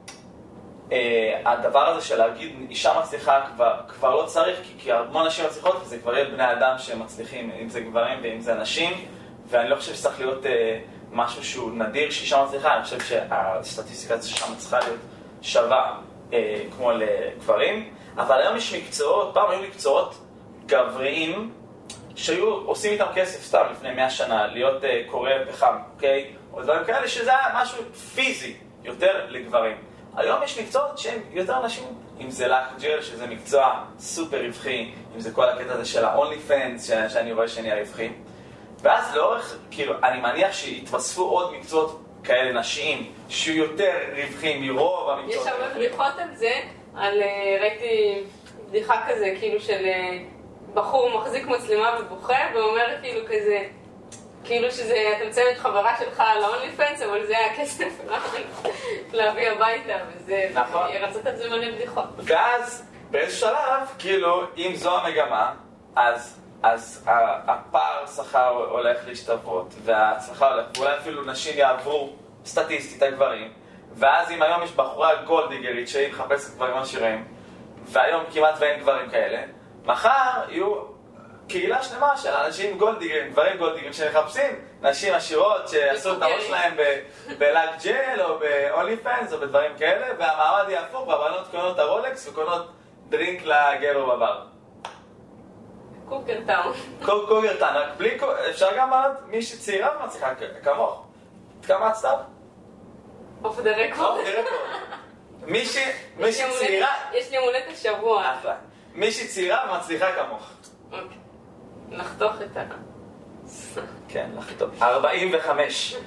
הדבר הזה של להגיד אישה מצליחה כבר לא צריך, כי המון נשים מצליחות וזה כבר יהיה בני אדם שמצליחים, אם זה גברים ואם זה נשים, ואני לא חושב שצריך להיות משהו שהוא נדיר שאישה מצליחה, אני חושב שהסטטיסטיקה שם צריכה להיות שווה כמו לגברים. אבל היום יש מקצועות, פעם היו מקצועות גבריים שהיו עושים איתם כסף סתם לפני מאה שנה, להיות uh, קורא פחם, אוקיי? או דברים כאלה שזה היה משהו פיזי יותר לגברים. היום יש מקצועות שהם יותר נשים, אם זה לקג'ל, שזה מקצוע סופר רווחי, אם זה כל הקטע הזה של ה-only fans ש- שאני רואה שנהיה רווחי. ואז לאורך, כאילו, אני מניח שהתווספו עוד מקצועות כאלה נשיים, שיהיו יותר רווחים מרוב המקצועות. יש הרבה בדיחות על זה. על, ראיתי בדיחה כזה, כאילו של בחור מחזיק מצלמה ובוכה, ואומר כאילו כזה, כאילו שזה, אתה מציין את חברה שלך על ה-only fans, אבל זה היה כסף להביא הביתה, וזה, נכון. רצת על זה מלא בדיחות. ואז, באיזה שלב, כאילו, אם זו המגמה, אז, אז הפער שכר הולך להשתוות, וההצלחה הולך, ואולי אפילו נשים יעברו סטטיסטית הגברים, ואז אם היום יש בחורה גולדיגרית שהיא מחפשת גברים עשירים, והיום כמעט ואין גברים כאלה, מחר יהיו קהילה שלמה של אנשים גולדיגרים, גברים גולדיגרים שמחפשים נשים עשירות שעשו את הראש שלהם בלאק ג'ל או ב-only fans או בדברים כאלה, והמעמד יהיה הפוך, והבנות קונות הרולקס וקונות דרינק לגבר בבר. קוקרטאון. קוקרטאון, רק בלי, אפשר גם מי שצעירה ומצליחה כמוך. כמה את סתם? אוף דה רקורד. מישהי צעירה... יש לי מולדת השבוע. אחלה. מישהי צעירה ומצליחה כמוך. אוקיי. לחתוך את ה... כן, לחתוך. ארבעים וחמש.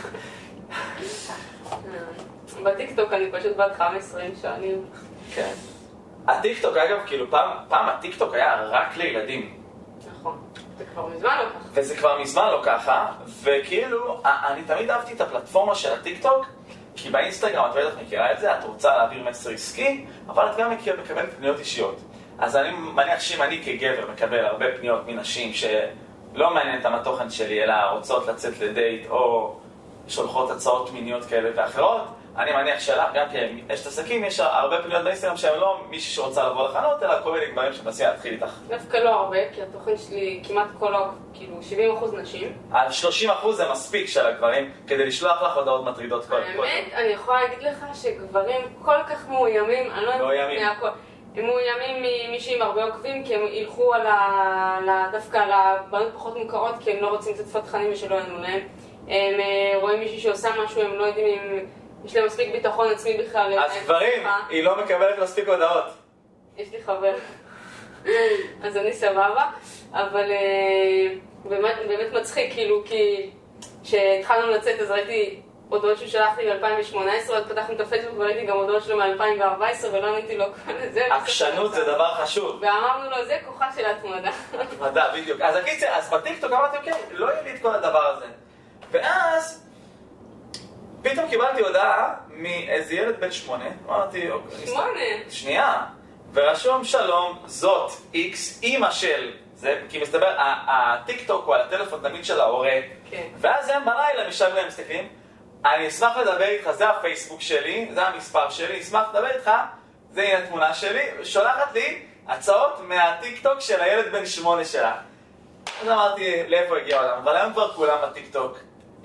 בטיקטוק אני פשוט בת חמש עשרה שנים. כן. הטיקטוק, אגב, כאילו, פעם הטיקטוק היה רק לילדים. נכון. זה כבר מזמן לא ככה. וזה כבר מזמן לא ככה, וכאילו, אני תמיד אהבתי את הפלטפורמה של הטיקטוק, כי באינסטגרם את בטח מכירה את זה, את רוצה להעביר מסר עסקי, אבל את גם מקבלת פניות אישיות. אז אני מניח שאם אני כגבר מקבל הרבה פניות מנשים שלא מעניין את התוכן שלי, אלא רוצות לצאת לדייט או שולחות הצעות מיניות כאלה ואחרות, אני מניח שלך, גם כי יש את עסקים, יש הרבה פניות באינסטגרם שהם לא מישהי שרוצה לבוא לחנות, אלא כל מיני גברים שמנסים להתחיל איתך. דווקא לא הרבה, כי התוכן שלי כמעט כל העוק, כאילו שבעים אחוז נשים. על שלושים אחוז זה מספיק של הגברים, כדי לשלוח לך הודעות מטרידות כל יום. האמת, אני יכולה להגיד לך שגברים כל כך מאוימים, אני לא יודעת לפני הכל. הם מאוימים ממישהי עם הרבה עוקבים, כי הם ילכו על ה... דווקא על הבנות פחות מוכרות, כי הם לא רוצים לצאת שפת תכנים ושלא יענו להם. הם רואים מישהי שעושה משהו, הם לא יודעים אם יש להם מספיק ביטחון עצמי בכלל. אז גברים, היא לא מקבלת מספיק הודעות. יש לי חבר, אז אני סבבה, אבל באמת, באמת מצחיק, כאילו, כי כשהתחלנו לצאת אז ראיתי הודעות שהוא שלח לי ב-אלפיים שמונה עשרה, אז פתחנו את הפייסבוק וראיתי גם הודעות שלו מ-אלפיים וארבע עשרה ולא עניתי לו כל זה. עקשנות זה דבר חשוב. ואמרנו לו, זה כוחה של התמודה. התמודה, בדיוק. אז הקיצר, אז בטיקטוק אמרתי, אוקיי, לא יהיה לי את כל הדבר הזה. ואז פתאום קיבלתי הודעה מאיזה ילד בן שמונה, אמרתי, שמונה? שנייה, ורשום שלום, זאת איקס, אימא של, זה, כי מסתבר, הטיק טוק הוא על הטלפון תמיד של ההורה, כן. ואז הם בלילה משלמים להם מסתכלים, אני אשמח לדבר איתך, זה הפייסבוק שלי, זה המספר שלי, אשמח לדבר איתך, זה הנה התמונה שלי, שולחת לי הצעות מהטיק טוק של הילד בן שמונה שלה. אז אמרתי, לאיפה הגיע העולם? אבל היום כבר כולם בטיק טוק.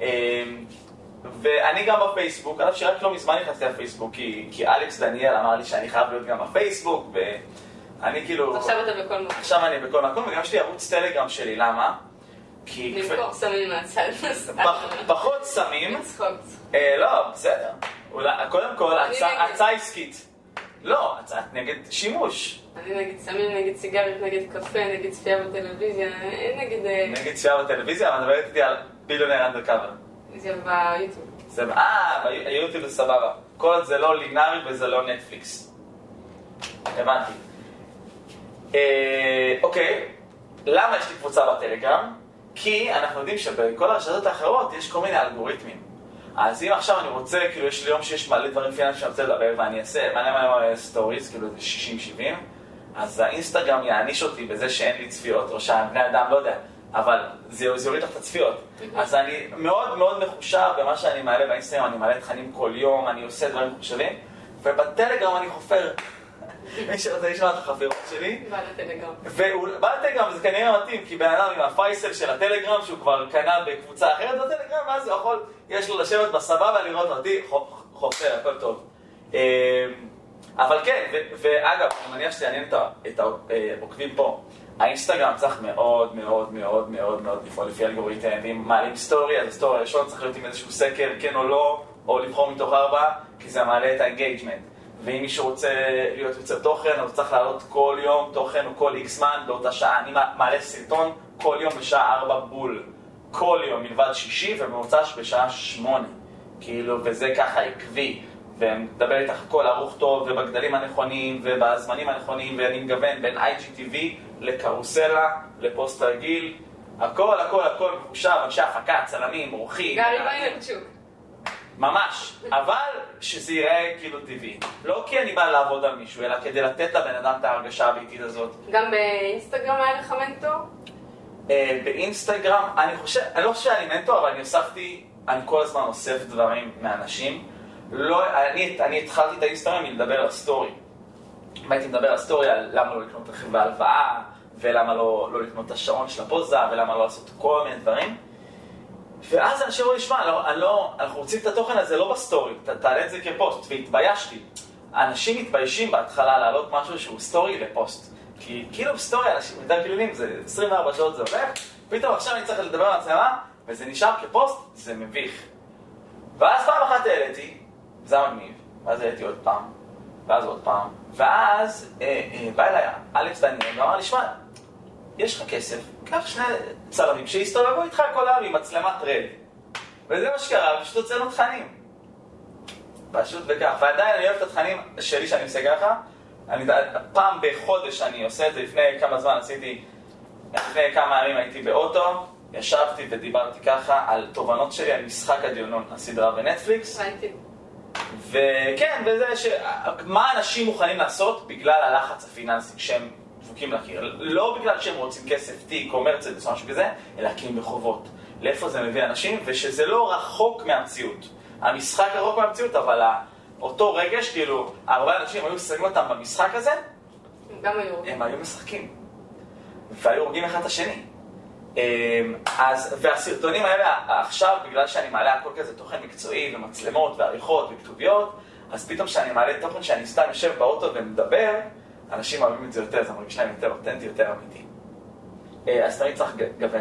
ואני גם בפייסבוק, עליו שרק לא מזמן נכנסתי לפייסבוק, כי, כי אלכס דניאל אמר לי שאני חייב להיות גם בפייסבוק, ואני כאילו... עכשיו אתה בכל מקום. עכשיו אני בכל מקום, וגם יש לי ערוץ טלגרם שלי, למה? כי... למכור סמים מהצד. פחות סמים. מצחוק. לא, בסדר. קודם כל, הצעה עסקית. לא, הצעה נגד שימוש. אני נגד סמים, נגד סיגריות, נגד קפה, נגד צפייה בטלוויזיה, נגד... נגד צפייה בטלוויזיה, אבל מדברת איתי על ביליונר אנדרקאבר. זה ביוטיוב. זה, אה, ביוטיוב זה סבבה. כל עוד זה לא לינארי וזה לא נטפליקס. הבנתי. אוקיי, למה יש לי קבוצה בטלגרם? כי אנחנו יודעים שבכל הרשתות האחרות יש כל מיני אלגוריתמים. אז אם עכשיו אני רוצה, כאילו יש לי יום שיש מלא דברים פיננסיים שאני רוצה לדבר ואני אעשה מלא מלא מלא סטוריז, כאילו זה שישים שבעים, אז האינסטגרם יעניש אותי בזה שאין לי צפיות, או שהבני אדם לא יודע, אבל זה יוריד לך את הצפיות. אז אני מאוד מאוד מחושב במה שאני מעלה באינסטגרם, אני מעלה תכנים כל יום, אני עושה דברים מחושבים, ובטלגרם אני חופר. מי שרוצה לשמוע את החפירות שלי. בא לטלגרם. ובא לטלגרם זה כנראה מתאים, כי בן אדם עם הפייסל של הטלגרם, שהוא כבר קנה בקבוצה אחרת בטלגרם, ואז הוא יכול, יש לו לשבת בסבבה ולראות אותי, חופר, הכל טוב. אבל כן, ואגב, אני מניח שתעניין את העוקבים פה. האינסטגרם צריך מאוד מאוד מאוד מאוד מאוד לפעול לפי אלגוריתם, ואם מעלים סטורי, אז הסטורי הראשון צריך להיות עם איזשהו סקר, כן או לא, או לבחור מתוך ארבע, כי זה מעלה את האנגייג'מנט. ואם מישהו רוצה להיות יוצר תוכן, אז צריך לעלות כל יום תוכן או כל איקס מן באותה שעה. אני מעלה סרטון כל יום בשעה ארבע בול. כל יום מלבד שישי וממוצע בשעה שמונה. כאילו, וזה ככה עקבי. ומדבר איתך הכל ערוך טוב ובגדלים הנכונים ובזמנים הנכונים, ואני מגוון בין איי ג'י טי וי לקרוסלה, לפוסט רגיל. הכל, הכל, הכל מחושב, אנשי הפקה, צלמים, אורחים. גרי ויינרצ'וק. ממש, אבל שזה ייראה כאילו טבעי. לא כי אני בא לעבוד על מישהו, אלא כדי לתת לבן אדם את ההרגשה הביתית הזאת. גם באינסטגרם היה לך מנטור? באינסטגרם, אני חושב, אני לא חושב שאני מנטור, אבל אני הוספתי, אני כל הזמן אוסף דברים מאנשים. לא, אני, אני התחלתי את האינסטגרם מלדבר על סטורי. הייתי מדבר על סטורי, על למה לא לקנות רכיב בהלוואה, ולמה לא, לא לקנות את השעון של הפוזה, ולמה לא לעשות כל מיני דברים. ואז אנשים לא נשמע, לא, לא, אנחנו רוצים את התוכן הזה לא בסטורי, ת, תעלה את זה כפוסט, והתביישתי. אנשים מתביישים בהתחלה להעלות משהו שהוא סטורי לפוסט. כי כאילו בסטורי אנשים יותר כלילים, זה עשרים וארבע שעות זה הולך, פתאום עכשיו אני צריך לדבר על הצלמה, וזה נשאר כפוסט, זה מביך. ואז פעם אחת העליתי, זה מגניב, ואז העליתי עוד פעם, ואז עוד פעם, ואז אה, אה, בא אליי אלכס דניאל, ואמר לי, שמע, יש לך כסף, קח שני צלמים שיסתובבו איתך כל היום עם מצלמת רד. וזה מה שקרה, פשוט הוצאנו תכנים. פשוט וכך. ועדיין אני אוהב את התכנים שלי שאני עושה ככה. אני, פעם בחודש אני עושה את זה, לפני כמה זמן עשיתי, לפני כמה ימים הייתי באוטו, ישבתי ודיברתי ככה על תובנות שלי, על משחק הדיונון, הסדרה בנטפליקס. ראיתי. וכן, וזה ש... מה אנשים מוכנים לעשות בגלל הלחץ הפיננסי כשהם דבוקים לקיר. לא בגלל שהם רוצים כסף, תיק או מרצדס או משהו כזה, אלא כי הם בחובות. לאיפה זה מביא אנשים, ושזה לא רחוק מהמציאות. המשחק רחוק מהמציאות, אבל אותו רגש, כאילו, הרבה אנשים היו שמים אותם במשחק הזה, גם היו. הם היו משחקים. והיו הורגים אחד את השני. אז, והסרטונים האלה עכשיו, בגלל שאני מעלה הכל כזה תוכן מקצועי ומצלמות ועריכות וכתוביות, אז פתאום שאני מעלה תוכן שאני סתם יושב באוטו ומדבר, אנשים אוהבים את זה יותר, זה מרגיש להם יותר אותנטי, יותר אמיתי. אז תמיד צריך גוון.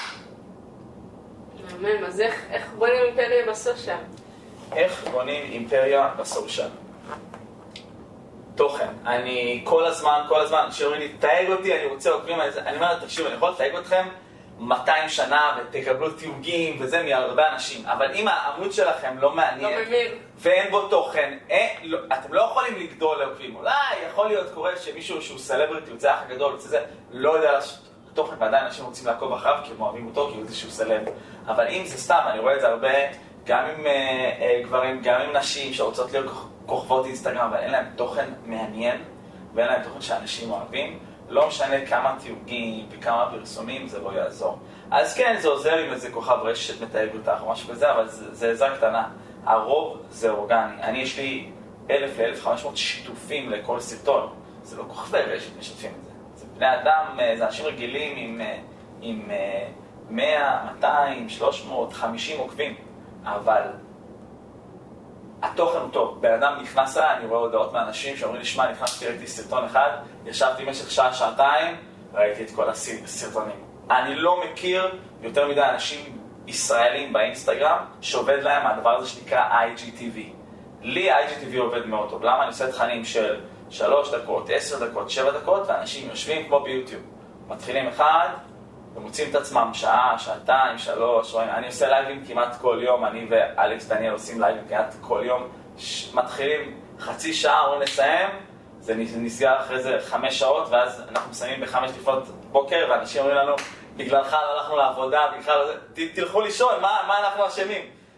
מאמן, אז איך, איך בונים אימפריה בסושיאל? איך בונים אימפריה בסושיאל? תוכן. אני כל הזמן, כל הזמן, שאומרים לי, תייג אותי, אני רוצה עוקבים על זה. אני אומר, תקשיבו, אני יכול לתייג אתכם מאתיים שנה ותקבלו תיוגים וזה מהרבה אנשים. אבל אם העמוד שלכם לא מעניין, לא מבין. ואין בו תוכן, אה, לא, אתם לא יכולים לגדול לעוקבים. אולי יכול להיות קורה שמישהו שהוא סלבריטי, הוא צייח הגדול, הוא זה, לא יודע לעשות תוכן, ועדיין אנשים רוצים לעקוב אחריו כי הם אוהבים אותו, כי הוא איזשהו סלב. אבל אם זה סתם, אני רואה את זה הרבה, גם עם uh, גברים, גם עם נשים שרוצות להיות כוכבות אינסטגרם, אבל אין להם תוכן מעניין, ואין להם תוכן שאנשים אוהבים, לא משנה כמה תיוגים וכמה פרסומים, זה לא יעזור. אז כן, זה עוזר עם איזה כוכב רשת מתייג אותך או משהו כזה, אבל זה, זה עזרה קטנה. הרוב זה אורגני. אני, יש לי אלף לאלף חמש מאות שיתופים לכל סרטון. זה לא כוכבי רשת משתפים את זה. זה בני אדם, זה אנשים רגילים עם, עם מאה, מאתיים, שלוש מאות, חמישים עוקבים. אבל התוכן הוא טוב. בן אדם נכנס לה, אני רואה הודעות מאנשים שאומרים לי, שמע, נכנסתי, ראיתי סרטון אחד, ישבתי במשך שעה, שעתיים, ראיתי את כל הסרטונים. אני לא מכיר יותר מדי אנשים ישראלים באינסטגרם שעובד להם הדבר הזה שנקרא איי ג'י טי וי. לי איי ג'י טי וי עובד מאוד טוב. למה? אני עושה תכנים של שלוש דקות, עשר דקות, שבע דקות, ואנשים יושבים כמו ביוטיוב. מתחילים אחד, ומוצאים את עצמם שעה, שעתיים, שלוש, אני עושה לייבים כמעט כל יום, אני ואלכס דניאל עושים לייבים כמעט כל יום, מתחילים חצי שעה, או נסיים, זה נסגר אחרי זה חמש שעות, ואז אנחנו מסיימים בחמש לפנות בוקר, ואנשים אומרים לנו, בגללך לא הלכנו לעבודה, בגלל זה, תלכו לישון, מה, מה אנחנו אשמים?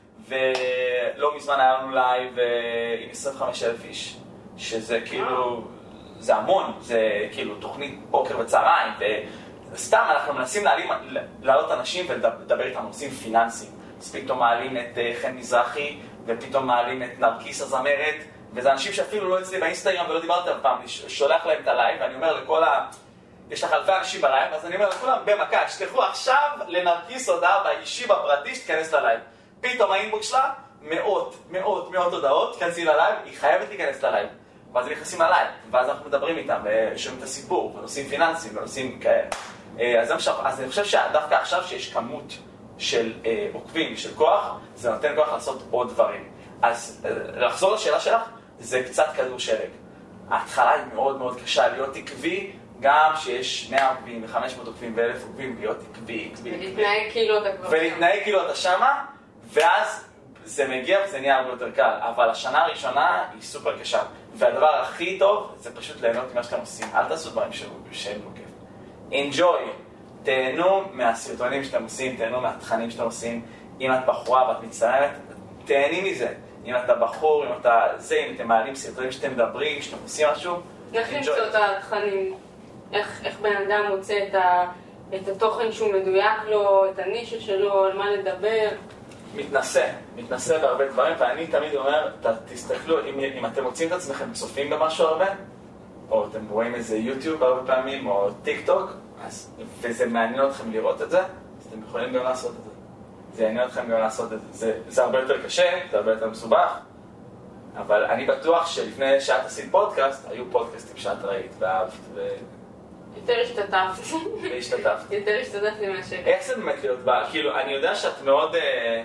ולא מזמן היה לנו לייב עם עשרים וחמישה אלף איש, שזה כאילו, זה המון, זה כאילו תוכנית בוקר וצהריים, וסתם אנחנו מנסים להעלים, להעלות אנשים ולדבר איתם, עושים פיננסים. אז פתאום מעלים את חן מזרחי, ופתאום מעלים את נרקיס הזמרת, וזה אנשים שאפילו לא אצלי באינסטגרם ולא דיברתי על פעם, אני שולח להם את הלייב, ואני אומר לכל ה... יש לך אלפי אנשים בלייב, אז אני אומר לכולם במכה, שתלכו עכשיו לנרקיס הודעה באישי בפרטי, שתכנס ללייב. פתאום האינבוקס שלה, מאות, מאות, מאות הודעות, תכנסי ללייב, היא חייבת להיכנס ללייב. ואז הם נכנסים ללייב, ואז אנחנו מדברים איתם, ושומעים את הסיפור, ונושאים פיננסים, ונושאים כאלה. אז, אז אני חושב שדווקא עכשיו שיש כמות של אה, עוקבים, של כוח, זה נותן כוח לעשות עוד דברים. אז אה, לחזור לשאלה שלך, זה קצת כדור שלג. ההתחלה היא מאוד מאוד קשה, להיות עקבי, גם שיש מאה עוקבים, ו-חמש מאות עוקבים, ו-אלף עוקבים, להיות עקבי, עקבי, עקבי. ולהתנהג כאילו אתה כבר... ולהתנהג כאילו אתה שמה, ואז זה מגיע וזה נהיה הרבה יותר קל. אבל השנה הראשונה היא סופר קשה. והדבר הכי טוב זה פשוט ליהנות ממה שאתם עושים. אל תעשו דברים שהם לא כיף. enjoy. תהנו מהסרטונים שאתם עושים, תהנו מהתכנים שאתם עושים. אם את בחורה ואת מצטערת, תהני מזה. אם אתה בחור, אם אתה זה, אם אתם מעלים סרטונים שאתם מדברים, שאתם עושים משהו, איך למצוא את התכנים? איך, איך בן אדם מוצא את, ה, את התוכן שהוא מדויק לו, את הנישה שלו, על מה לדבר? מתנסה, מתנסה בהרבה דברים, ואני תמיד אומר, ת, תסתכלו, אם, אם אתם מוצאים את עצמכם צופים במשהו הרבה, או אתם רואים איזה יוטיוב הרבה פעמים, או טיק טוק, אז, וזה מעניין אתכם לראות את זה, אז אתם יכולים גם לעשות את זה. זה יעניין אתכם גם לעשות את זה. זה, זה הרבה יותר קשה, זה הרבה יותר מסובך, אבל אני בטוח שלפני שאת עשית פודקאסט, היו פודקאסטים שאת ראית ואהבת ו... יותר השתתפת. והשתתפת. יותר השתתפתי מהשקט. איך זה באמת להיות בה? כאילו, אני יודע שאת מאוד...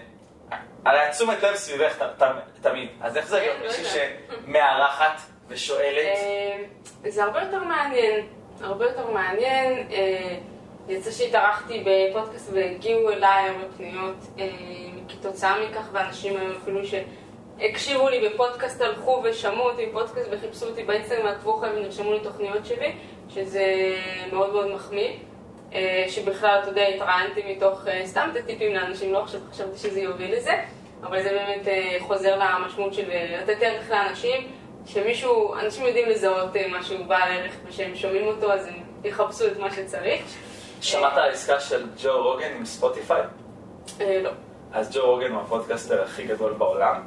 הרי את תשומת לב סביבך תמיד. אז איך זה להיות מישהי שמארחת ושואלת? זה הרבה יותר מעניין. הרבה יותר מעניין. יצא שהתארחתי בפודקאסט והגיעו אליי הרבה פניות כתוצאה מכך, ואנשים אפילו שהקשיבו לי בפודקאסט, הלכו ושמעו אותי בפודקאסט וחיפשו אותי בעצם עקבו אחרי ונרשמו לתוכניות שלי, שזה מאוד מאוד מחמיא. שבכלל, אתה יודע, התראיינתי מתוך סתם את הטיפים לאנשים, לא עכשיו חשבתי שזה יוביל לזה, אבל זה באמת חוזר למשמעות של לתת ערך לאנשים, שמישהו, אנשים יודעים לזהות משהו בעל ערך ושהם שומעים אותו, אז הם יחפשו את מה שצריך. שמעת על העסקה של ג'ו רוגן עם ספוטיפיי? לא. אז ג'ו רוגן הוא הפודקאסטר הכי גדול בעולם,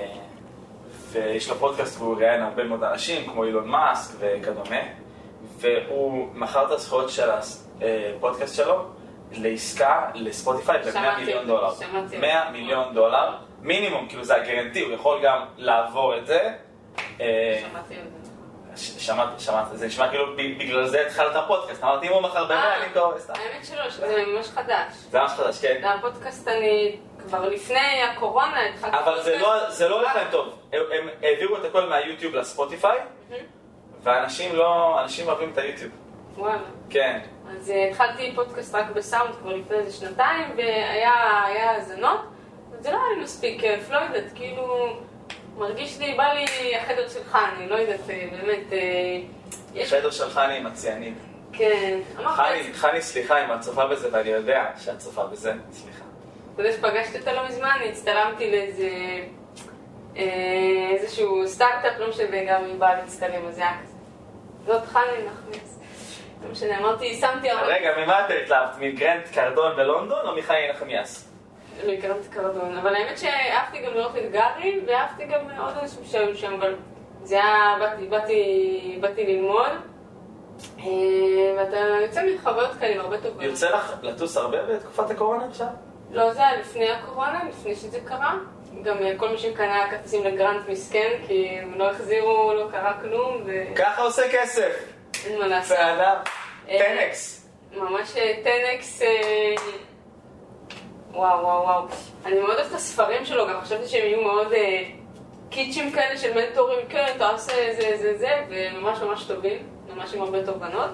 ויש לו פודקאסט והוא ראיין הרבה מאוד אנשים, כמו אילון מאסק וכדומה, והוא מכר את הזכויות של הפודקאסט שלו לעסקה לספוטיפיי ב-מאה מיליון דולר. מאה מיליון דולר, מינימום, כאילו זה הגרנטי, הוא יכול גם לעבור את זה. שמעתי את זה. שמעת, שמעת, זה נשמע כאילו בגלל זה התחלת הפודקאסט, אמרתי אם הוא מחר באמת, אני קורא סתם. האמת שלא, שזה ממש חדש. זה ממש חדש, כן. זה הפודקאסט אני כבר לפני הקורונה התחלתי... אבל זה לא הולך להם טוב, הם העבירו את הכל מהיוטיוב לספוטיפיי, ואנשים לא, אנשים אוהבים את היוטיוב. וואלה. כן. אז התחלתי פודקאסט רק בסאונד כבר לפני איזה שנתיים, והיה האזנות, זה לא היה לי מספיק כיף, לא יודעת, כאילו... מרגיש לי, בא לי החדר שלך, אני לא יודעת, באמת... החדר שלך אני עם הציינית. כן. חני, סליחה אם את צופה בזה, ואני יודע שאת צופה בזה, סליחה. אתה יודע שפגשתי אותה לא מזמן, הצטלמתי לאיזה איזשהו סטארט-אפ, לא משנה, גם היא באה להצטלם, אז זה היה כזה. זאת חני נחמיאס. לא משנה, אמרתי, שמתי הרבה... רגע, ממה אתה התלהבת? מגרנט קרדון בלונדון או מחני נחמיאס? מגרנט קרדון, אבל האמת שאהבתי גם לראות את גארי, ואהבתי גם עוד אנשים שהיו שם, אבל זה היה, באתי, באתי, באתי ללמוד. ואתה יוצא מחוויות כאלה הרבה טובות. יוצא לך לטוס הרבה בתקופת הקורונה עכשיו? לא, זה היה לפני הקורונה, לפני שזה קרה. גם כל מי שקנה כרטיסים לגרנט מסכן, כי הם לא החזירו, לא קרה כלום. ככה עושה כסף. אין מה לעשות. ואדם, טנקס. ממש טנקס. וואו, וואו, וואו. אני מאוד אוהבת את הספרים שלו, גם חשבתי שהם יהיו מאוד קיצ'ים כאלה של מנטורים. כן, אתה עושה זה, זה, זה, וממש ממש טובים. ממש עם הרבה תובנות.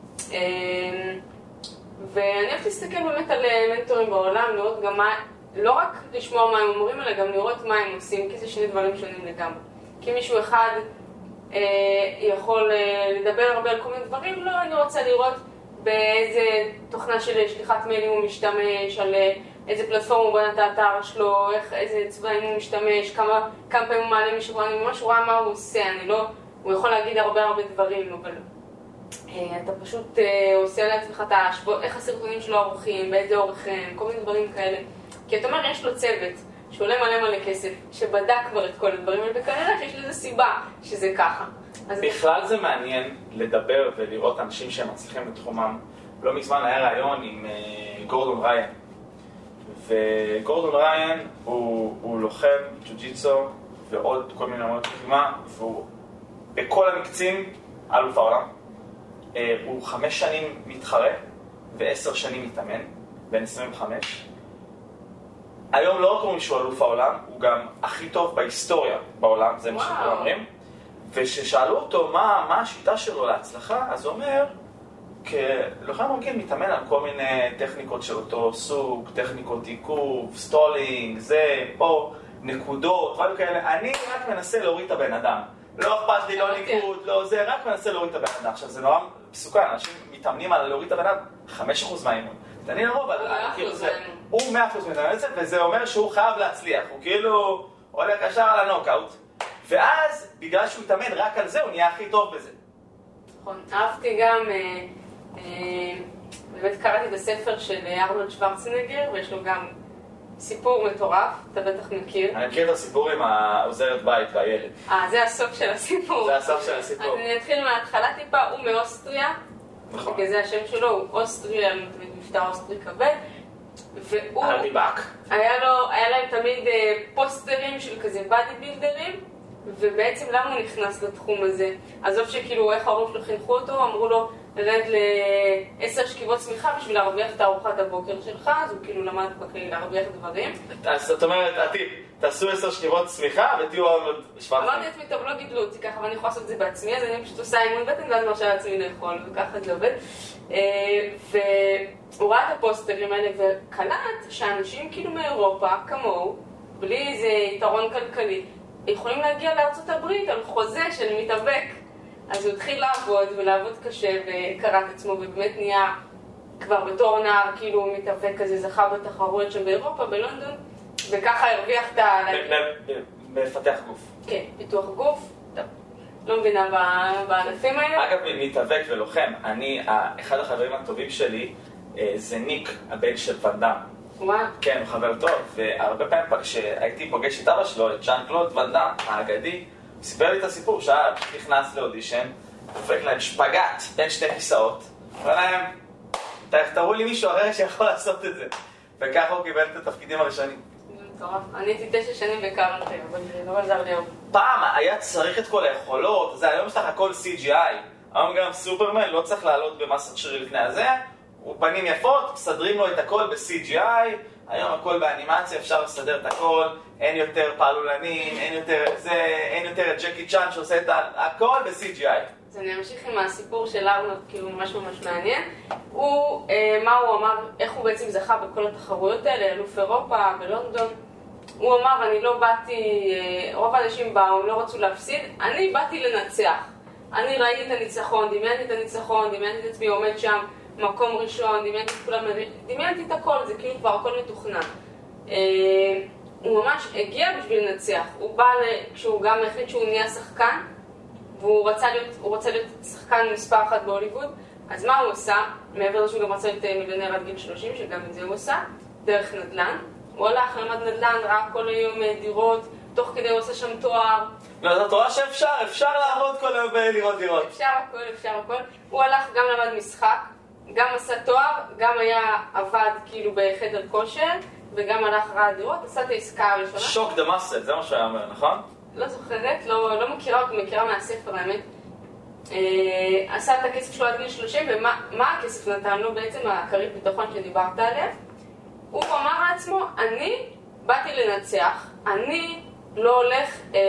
ואני אוהבת להסתכל באמת על מנטורים בעולם, לראות גם מה, לא רק לשמוע מה הם אומרים, אלא גם לראות מה הם עושים, כי זה שני דברים שונים לגמרי. כי מישהו אחד יכול לדבר הרבה על כל מיני דברים, לא, אני רוצה לראות באיזה תוכנה של שליחת מיילים הוא משתמש, על איזה פלטפורמה הוא בנה את האתר שלו, איך, איזה צבעים הוא משתמש, כמה, כמה פעמים הוא מעלה מישהו, אני ממש רואה מה הוא עושה, אני לא... הוא יכול להגיד הרבה הרבה דברים, אבל אתה פשוט עושה לעצמך את ההשוואות, איך הסרטונים שלו ערוכים, באיזה אורך הם, כל מיני דברים כאלה. כי אתה אומר, יש לו צוות שעולה מלא מלא כסף, שבדק כבר את כל הדברים, וכנראה שיש לזה סיבה שזה ככה. בכלל זה מעניין לדבר ולראות אנשים שהם מצליחים בתחומם. לא מזמן היה רעיון עם גורדון ריין. וגורדון ריין הוא, הוא לוחם ג'ו-ג'יטסו ועוד כל מיני אמנות קדימה, והוא בכל המקצים אלוף העולם. הוא חמש שנים מתחרה ועשר שנים מתאמן, בין עשרים וחמש. היום לא רק אומרים שהוא אלוף העולם, הוא גם הכי טוב בהיסטוריה בעולם, זה מה שכולם אומרים. וששאלו אותו מה, מה השיטה שלו להצלחה, אז הוא אומר, כלוחם רגיל מתאמן על כל מיני טכניקות של אותו סוג, טכניקות עיכוב, סטולינג, זה, פה, נקודות, דברים כאלה. אני רק מנסה להוריד את הבן אדם. לא אכפת לי, לא ניקוד, לא זה, רק מנסה להוריד את הבן אדם. עכשיו, זה נורא מסוכן, אנשים מתאמנים על להוריד את הבן אדם חמש אחוז מהאימון. תני לרוב, הוא מאה אחוז מתאמן את זה, וזה אומר שהוא חייב להצליח. הוא כאילו הולך ישר על הנוקאוט, ואז, בגלל שהוא התאמן רק על זה, הוא נהיה הכי טוב בזה. נכון, אהבתי גם, באמת קראתי את הספר של ארנולד שוורצנגר, ויש לו גם סיפור מטורף, אתה בטח מכיר. אני מכיר את הסיפור עם העוזרת בית והילד. אה, זה הסוף של הסיפור. זה הסוף של הסיפור. אז אני אתחיל מההתחלה טיפה, הוא מאוסטריה. נכון. בגלל זה השם שלו, הוא אוסטריה, תמיד מבטא אוסטרי כבד. והוא... הריבק. היה לו, היה להם תמיד פוסטרים של כזה בדי בילדרים, ובעצם למה הוא נכנס לתחום הזה? עזוב שכאילו איך ההורים שלו חינכו אותו, אמרו לו, רד לעשר שכיבות צמיחה בשביל להרוויח את הארוחת הבוקר שלך, אז הוא כאילו למד בכלי להרוויח דברים. אז זאת אומרת, עתיד, תעשו עשר שכיבות צמיחה ותהיו עוד שבעת. אמרתי לעצמי, טוב, לא גידלו אותי ככה, ואני יכולה לעשות את זה בעצמי, אז אני פשוט עושה אימון בטן, ואז מרשה לעצמי לאכול, וככה זה עובד. והוא ראה את הפוסטרים האלה וקלט שאנשים כאילו מאירופה, כמוהו, בלי איזה יתרון כלכלי, יכולים להגיע לארצות הברית על חוזה של מתאבק. אז הוא התחיל לעבוד ולעבוד קשה וקרא את עצמו ובאמת נהיה כבר בתור נער כאילו מתאבק כזה, זכה בתחרויות שם באירופה, בלונדון, וככה הרוויח את ה... מפתח גוף. כן, פיתוח גוף. טוב, לא מבינה בענפים האלה. אגב, מתאבק ולוחם, אני, אחד החברים הטובים שלי זה ניק, הבן של ונדאם. וואו. כן, הוא חבר טוב, והרבה פעמים כשהייתי פוגש את אבא שלו, את ז'אן קלוד ונדאם, האגדי, הוא סיפר לי את הסיפור שהיה נכנס לאודישן, דופק להם שפגט בין שתי כיסאות, אומר להם, תראו לי מישהו אחר שיכול לעשות את זה. וככה הוא קיבל את התפקידים הראשונים. מטורף. אני הייתי תשע שנים בקארנטי, אבל לא עזר לי היום. פעם היה צריך את כל היכולות, זה היום יש לך הכל סי ג'י איי. היום גם סופרמן לא צריך לעלות במסת שריר לפני הזה, הוא פנים יפות, מסדרים לו את הכל ב-סי ג'י איי, היום הכל באנימציה, אפשר לסדר את הכל, אין יותר פעלולנים, אין יותר זה, אין יותר את ג'קי צ'אן שעושה את הכל ב-סי ג'י איי. אז אני אמשיך עם הסיפור של ארנולד, כי הוא ממש ממש מעניין. הוא, אה, מה הוא אמר, איך הוא בעצם זכה בכל התחרויות האלה, אלוף אירופה, בלונדון. הוא אמר, אני לא באתי, אה, רוב האנשים באו, לא רצו להפסיד, אני באתי לנצח. אני ראיתי את הניצחון, דמיינתי את הניצחון, דמיינתי את עצמי עומד שם, מקום ראשון, דמיינתי את כולם, דמיינתי את הכל, זה כאילו כבר הכל מתוכנן. הוא ממש הגיע בשביל לנצח. הוא בא, כשהוא גם החליט שהוא נהיה שחקן, והוא רצה להיות, הוא רצה להיות שחקן מספר אחת בהוליווד, אז מה הוא עושה? מעבר לזה שהוא גם רצה להיות מיליונר עד גיל שלושים, שגם את זה הוא עושה, דרך נדל"ן. הוא הלך, למד נדל"ן, ראה כל היום דירות, תוך כדי הוא עושה שם תואר. לא, זאת תורה שאפשר, אפשר לעבוד כל היום בלראות דירות. אפשר הכל, אפשר הכל. הוא הלך, גם למד משחק, גם עשה תואר, גם היה עבד כאילו בחדר כושר, וגם הלך ראה דירות, עשה את העסקה הראשונה. שוק דה מסל, זה מה שהיה אומר, נכון? לא זוכרת, לא, לא מכירה אותי, מכירה מהספר האמת. אה, עשה את הכסף שלו עד גיל שלושים, ומה הכסף נתן לו בעצם, הכרית ביטחון שדיברת עליה? הוא אמר לעצמו, אני באתי לנצח, אני לא הולך, אה,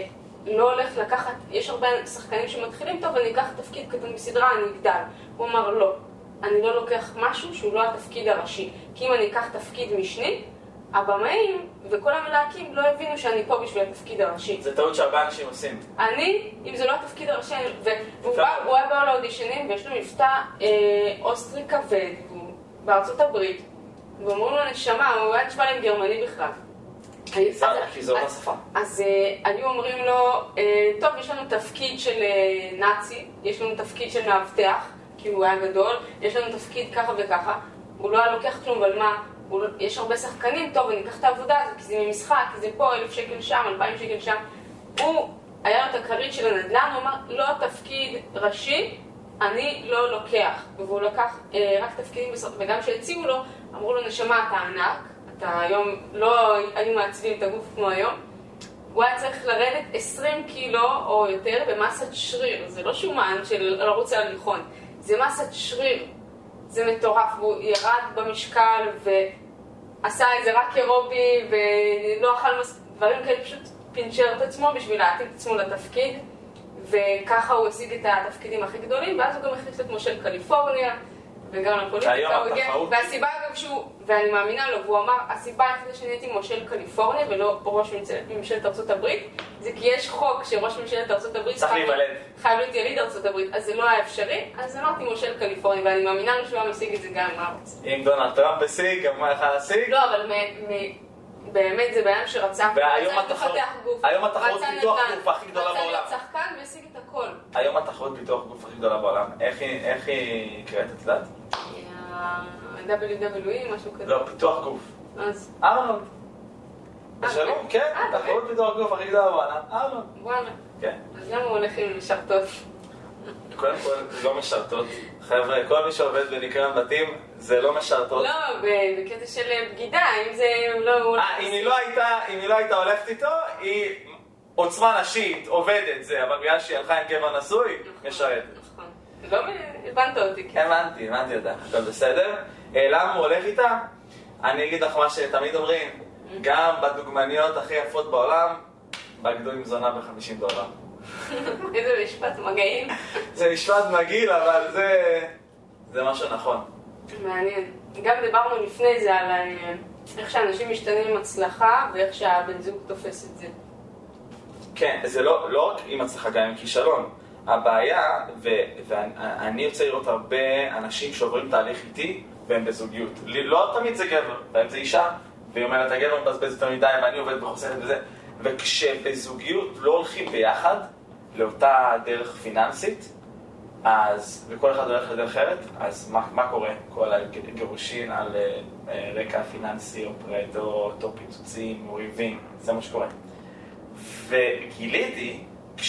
לא הולך לקחת, יש הרבה שחקנים שמתחילים טוב, אני אקח תפקיד קטן בסדרה, אני אגדל. הוא אמר, לא, אני לא לוקח משהו שהוא לא התפקיד הראשי. כי אם אני אקח תפקיד משני, הבמאים וכל המלהקים לא הבינו שאני פה בשביל התפקיד הראשי. זה טעות שהרבה אנשים עושים. אני, אם זה לא התפקיד הראשי, והוא בא, הוא היה בא לאודישנים, ויש לו מבטא אה, אוסטרי כבד, בארצות הברית, ואומרים לו נשמה, הוא היה נשמע להם גרמני בכלל. כי זו אותה שפה. אז היו אומרים לו, טוב, יש לנו תפקיד של נאצי, יש לנו תפקיד של מאבטח, כי הוא היה גדול, יש לנו תפקיד ככה וככה, הוא לא היה לוקח כלום, אבל מה, יש הרבה שחקנים, טוב, אני אקח את העבודה הזאת, כי זה ממשחק, כי זה פה, אלף שקל שם, אלפיים שקל שם. הוא היה לו את הכרית של הנדל"ן, הוא אמר, לא תפקיד ראשי, אני לא לוקח. והוא לקח רק תפקידים, וגם שהציעו לו, אמרו לו, נשמה, אתה ענק, אתה היום לא היו מעצבים את הגוף כמו היום. הוא היה צריך לרדת עשרים קילו או יותר במסת שריר. זה לא שומן של לרוץ על הליכון, זה מסת שריר. זה מטורף, הוא ירד במשקל ועשה את זה רק אירובי ולא אכל דברים כאלה, פשוט פינצ'ר את עצמו בשביל להתאים את עצמו לתפקיד, וככה הוא השיג את התפקידים הכי גדולים, ואז הוא גם החליט את מושל קליפורניה וגם לפוליטיקה הוא הגיע, והסיבה אגב שהוא, ואני מאמינה לו, והוא אמר, הסיבה היחידה שאני הייתי מושל קליפורניה ולא ראש ממשלת ארצות הברית, זה כי יש חוק שראש ממשלת ארצות הברית חייב להיות יליד ארצות הברית, אז זה לא היה אפשרי, אז אמרתי מושל קליפורניה, ואני מאמינה לו שהוא היה משיג את זה גם מארץ. אם דונלד טראמפ השיג, גם מה יכול להשיג? לא, אבל באמת זה בעיה שרצה, היום התחרות פיתוח גוף הכי גדולה בעולם. רצה להיות שחקן והשיג את הכל. היום התחרות פיתוח גוף הכי גדולה בעולם, איך היא קראת את יודעת? דאבליו דאבליו אי, משהו כזה. לא, פיתוח גוף. אז? ארנולד. שלום, כן, תחרות פיתוח גוף הכי גדולה בעולם, ארנולד. וואלה. כן. אז למה הוא הולך עם משרתות? קודם כל, לא משרתות. חבר'ה, כל מי שעובד בניקיון בתים, זה לא משרתות. לא, בקטע של בגידה, אם זה לא... אה, אם היא לא הייתה הולכת איתו, היא עוצמה נשית, עובדת זה, אבל בגלל שהיא הלכה עם גבר נשוי, משרתת. נכון. לא הבנת אותי. הבנתי, הבנתי אותך, הכל בסדר. למה הוא הולך איתה? אני אגיד לך מה שתמיד אומרים, גם בדוגמניות הכי יפות בעולם, בגדו עם זונה ב-חמישים דולר. איזה משפט מגעיל. זה משפט מגעיל, אבל זה... זה משהו נכון. מעניין. גם דיברנו לפני זה על איך שאנשים משתנים עם הצלחה, ואיך שהבן זוג תופס את זה. כן, זה לא, לא רק עם הצלחה, גם עם כישלון. הבעיה, ואני יוצא לראות הרבה אנשים שעוברים תהליך איתי, והם בזוגיות. לא תמיד זה גבר, והם זה אישה, והיא אומרת, הגבר מבזבז יותר מדי, ואני עובד בחוסרת בזה. וכשבזוגיות לא הולכים ביחד, לאותה דרך פיננסית, אז, וכל אחד הולך לדרך אחרת, אז מה, מה קורה? כל הגירושין על uh, רקע פיננסי, או פרטו, או פיצוצים, או ריבים, זה מה שקורה. וגיליתי,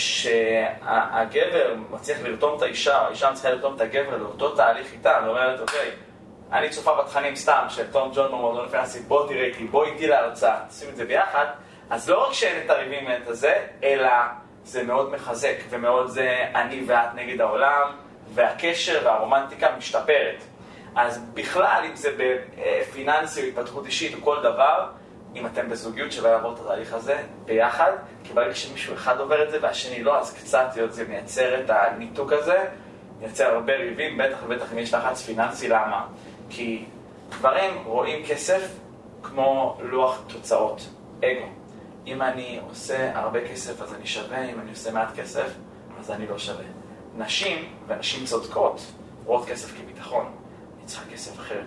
כשהגבר מצליח לרתום את האישה, או האישה מצליחה לרתום את הגבר לאותו תהליך איתה, אני אומרת, אוקיי, אני צופה בתכנים סתם של תום ג'ון במועדון פיננסי, בוא תראה איתי, בוא איתי להרצאה, תשים את זה ביחד, אז לא רק שאין את הריבים את הזה, אלא זה מאוד מחזק, ומאוד זה אני ואת נגד העולם, והקשר והרומנטיקה משתפרת. אז בכלל, אם זה בפיננסי או התפתחות אישית או כל דבר, אם אתם בזוגיות שווה לעבור את התהליך הזה ביחד, כי ברגע שמישהו אחד עובר את זה והשני לא, אז קצת זה מייצר את הניתוק הזה, מייצר הרבה ריבים, בטח ובטח אם יש לחץ פיננסי. למה? כי דברים רואים כסף כמו לוח תוצאות, אגו. אם אני עושה הרבה כסף אז אני שווה, אם אני עושה מעט כסף אז אני לא שווה. נשים, ונשים צודקות, רואות כסף כביטחון. אני צריכה כסף אחרת, יכול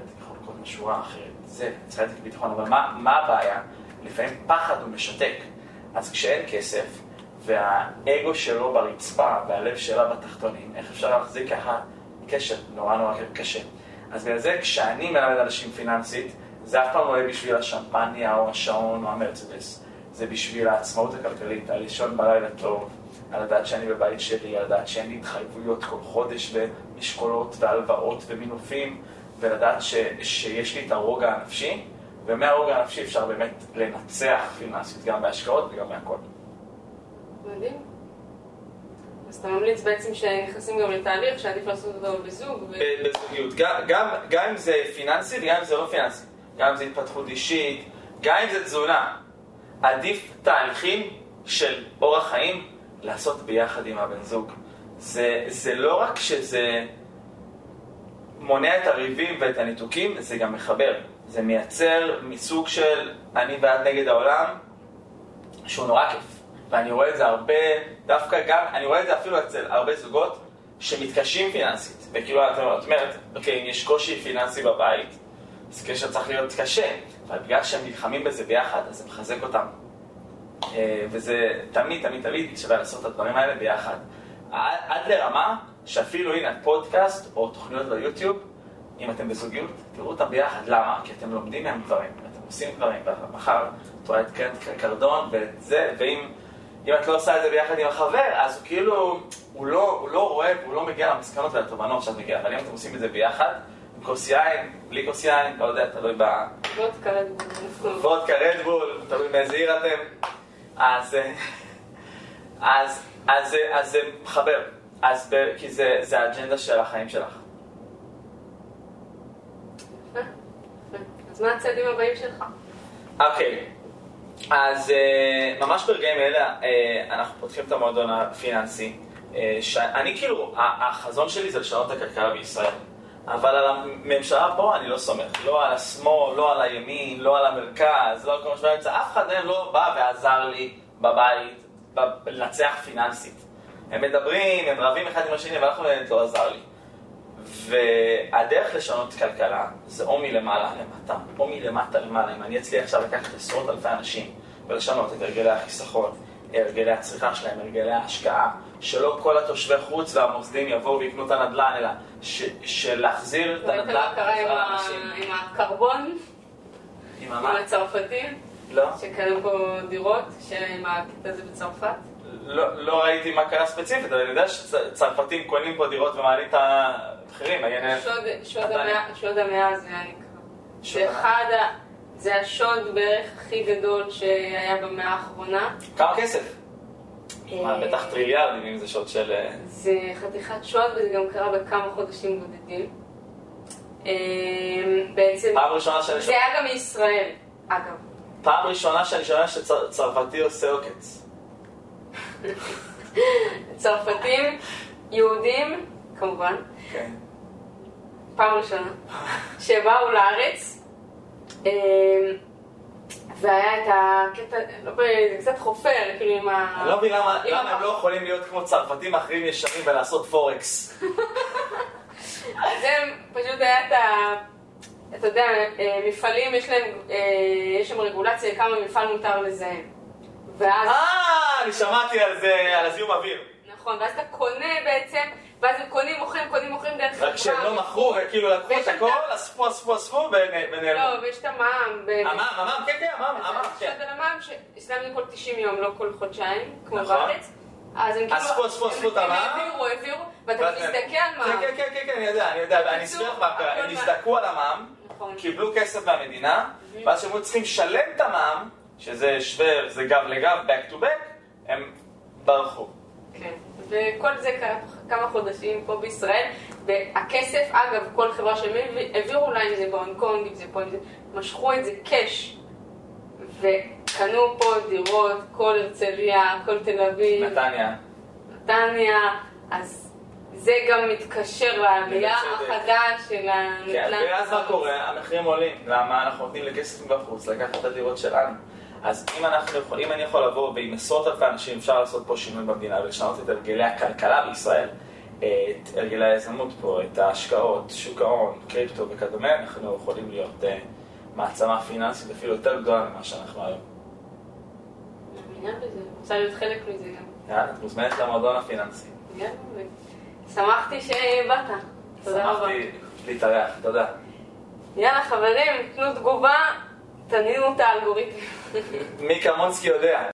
לנקות משורה אחרת. זה, צריכה לתת ביטחון, אבל מה, מה הבעיה? לפעמים פחד הוא משתק. אז כשאין כסף, והאגו שלו ברצפה, והלב שלה בתחתונים, איך אפשר להחזיק ככה קשר? נורא נורא קשה. אז בגלל זה, כשאני מלמד אנשים פיננסית, זה אף פעם לא יהיה בשביל השמפניה, או השעון, או המרצדס. זה בשביל העצמאות הכלכלית, על לישון בלילה טוב, על לדעת שאני בבית שלי, על לדעת שאין לי התחייבויות כל חודש במשקולות והלוואות ומינופים, ולדעת ש, שיש לי את הרוגע הנפשי, ומהרוגע הנפשי אפשר באמת לנצח פיננסית, גם בהשקעות וגם מהכל. מדהים. אז אתה ממליץ בעצם שנכנסים גם לתהליך, שעדיף לעשות אותו בזוג? ו... בזוגיות. גם, גם, גם אם זה פיננסי וגם אם זה לא פיננסי. גם אם זה התפתחות אישית, גם אם זה תזונה. עדיף תהליכים של אורח חיים לעשות ביחד עם הבן זוג. זה, זה לא רק שזה מונע את הריבים ואת הניתוקים, זה גם מחבר. זה מייצר מסוג של אני בעד נגד העולם, שהוא נורא כיף. ואני רואה את זה הרבה, דווקא גם, אני רואה את זה אפילו אצל הרבה זוגות שמתקשים פיננסית. וכאילו, את אומרת, אוקיי, אם יש קושי פיננסי בבית, אז קשר צריך להיות קשה. אבל בגלל שהם נלחמים בזה ביחד, אז זה מחזק אותם. וזה תמיד, תמיד, תמיד שווה לעשות את הדברים האלה ביחד. עד לרמה שאפילו, הנה, פודקאסט או תוכניות ביוטיוב, אם אתם בזוגיות, תראו אותם ביחד. למה? כי אתם לומדים מהם דברים, אתם עושים דברים, ומחר את רואה את קרדון ואת זה, ואם אם את לא עושה את זה ביחד עם החבר, אז הוא כאילו, הוא לא, הוא לא רואה, הוא לא מגיע למסקנות ולתובנות שאת מגיעה. אבל אם אתם עושים את זה ביחד, עם כוס יין, בלי כוס יין, לא יודע, תלוי ב... וודקה רדבול. וודקה רדבול, תלוי מאיזה עיר אתם. אז, אז, אז, אז זה מחבר. אז, כי זה, זה האג'נדה של החיים שלך. אז מה הצעדים הבאים שלך? אוקיי. אז ממש ברגעים אלה אנחנו פותחים את המועדון הפיננסי. אני כאילו, החזון שלי זה לשנות את הכלכלה בישראל. אבל על הממשלה פה אני לא סומך. לא על השמאל, לא על הימין, לא על המרכז, לא על כל מה שבאמצע. אף אחד מהם לא בא ועזר לי בבית לנצח פיננסית. הם מדברים, הם רבים אחד עם השני, ואנחנו באמת לא עזר לי. והדרך לשנות כלכלה זה או מלמעלה למטה, או מלמטה למעלה. אם אני אצליח עכשיו לקחת עשרות אלפי אנשים ולשנות את הרגלי החיסכון, הרגלי הצריכה שלהם, הרגלי ההשקעה, שלא כל התושבי חוץ והמוסדים יבואו ויקנו את הנדל"ן, אלא שלהחזיר את הנדל"ן. ראית מה קרה עם הקרבון? עם מה? עם הצרפתים? לא. שקנו פה דירות, עם הקטע הזה בצרפת? לא, לא ראיתי מה קרה ספציפית, אבל אני יודע שצרפתים קונים פה דירות ומעלים את המחירים. שוד המאה זה היה נקרא. זה אחד, זה השוד בערך הכי גדול שהיה במאה האחרונה. כמה כסף? מה, בטח טריליארדים אם זה שוד של... זה חתיכת שוד וזה גם קרה בכמה חודשים בודדים. בעצם... פעם ראשונה שאני שומע... זה היה גם מישראל, אגב. פעם ראשונה שאני שומע שצרפתי עושה עוקץ. צרפתים, יהודים, כמובן, כן. פעם ראשונה, שבאו לארץ, והיה את הקטע, זה קצת חופר, כאילו עם ה... אני לא מבין למה הם לא יכולים להיות כמו צרפתים אחרים ישרים ולעשות פורקס. אז הם פשוט היה את ה... אתה יודע, מפעלים, יש להם, יש שם רגולציה כמה מפעל מותר לזהם. ואז... אה, אני שמעתי על זה, על הזיהום אוויר. נכון, ואז אתה קונה בעצם, ואז הם קונים, מוכרים, קונים, מוכרים דרך חברה. רק שהם לא מכרו, וכאילו לקחו את הכל, אספו, אספו, אספו, ונעלמו. לא, ויש את המע"מ. המע"מ, המע"מ, כן, כן, המע"מ, המע"מ, כן. שוד על המע"מ, שהסלמנו כל תשעים יום, לא כל חודשיים, כמו בארץ. אז הם כאילו... אספו, אספו, אספו את המע"מ. הם העבירו, העבירו, ואתה מסתכל על מע"מ. כן, כן, כן, אני יודע, אני יודע, אני אסביר לך מה קרה. הם נזדקו על המע"מ, קיבלו כסף מהמדינה, ואז שהם צריכים לשלם את המע"מ, שזה שווה, זה גב לגב, back to back, הם ברחו. כן, וכל זה קרה כמה חודשים פה בישראל, והכסף, אגב, כל חברה שהם העבירו להם, אם זה בהונג קונג, אם זה פה, אם זה, משכו את זה קש, וקנו פה דירות, כל הרצליה, כל תל אביב. נתניה. נתניה, אז זה גם מתקשר לעלייה החדש של הנדל"ן. כן, ואז מה קורה? המחירים עולים. למה? אנחנו נותנים לכסף מבחוץ, לקחת את הדירות שלנו. אז אם, אנחנו יכול, אם אני יכול לבוא ועם עשרות אלפי אנשים אפשר לעשות פה שינוי במדינה ולשנות את הרגלי הכלכלה בישראל, את הרגלי היזמות פה, את ההשקעות, שוק ההון, קריפטו וכדומה, אנחנו יכולים להיות מעצמה פיננסית אפילו יותר גדולה ממה שאנחנו היום. מאמינה בזה, רוצה להיות חלק מזה גם. יאללה, את מוזמנת למועדון הפיננסי. יאללה, שמחתי שבאת. תודה רבה. שמחתי להתארח, תודה. יאללה חברים, תנו תגובה, תנינו את האלגוריתם. מי קמונסקי יודע.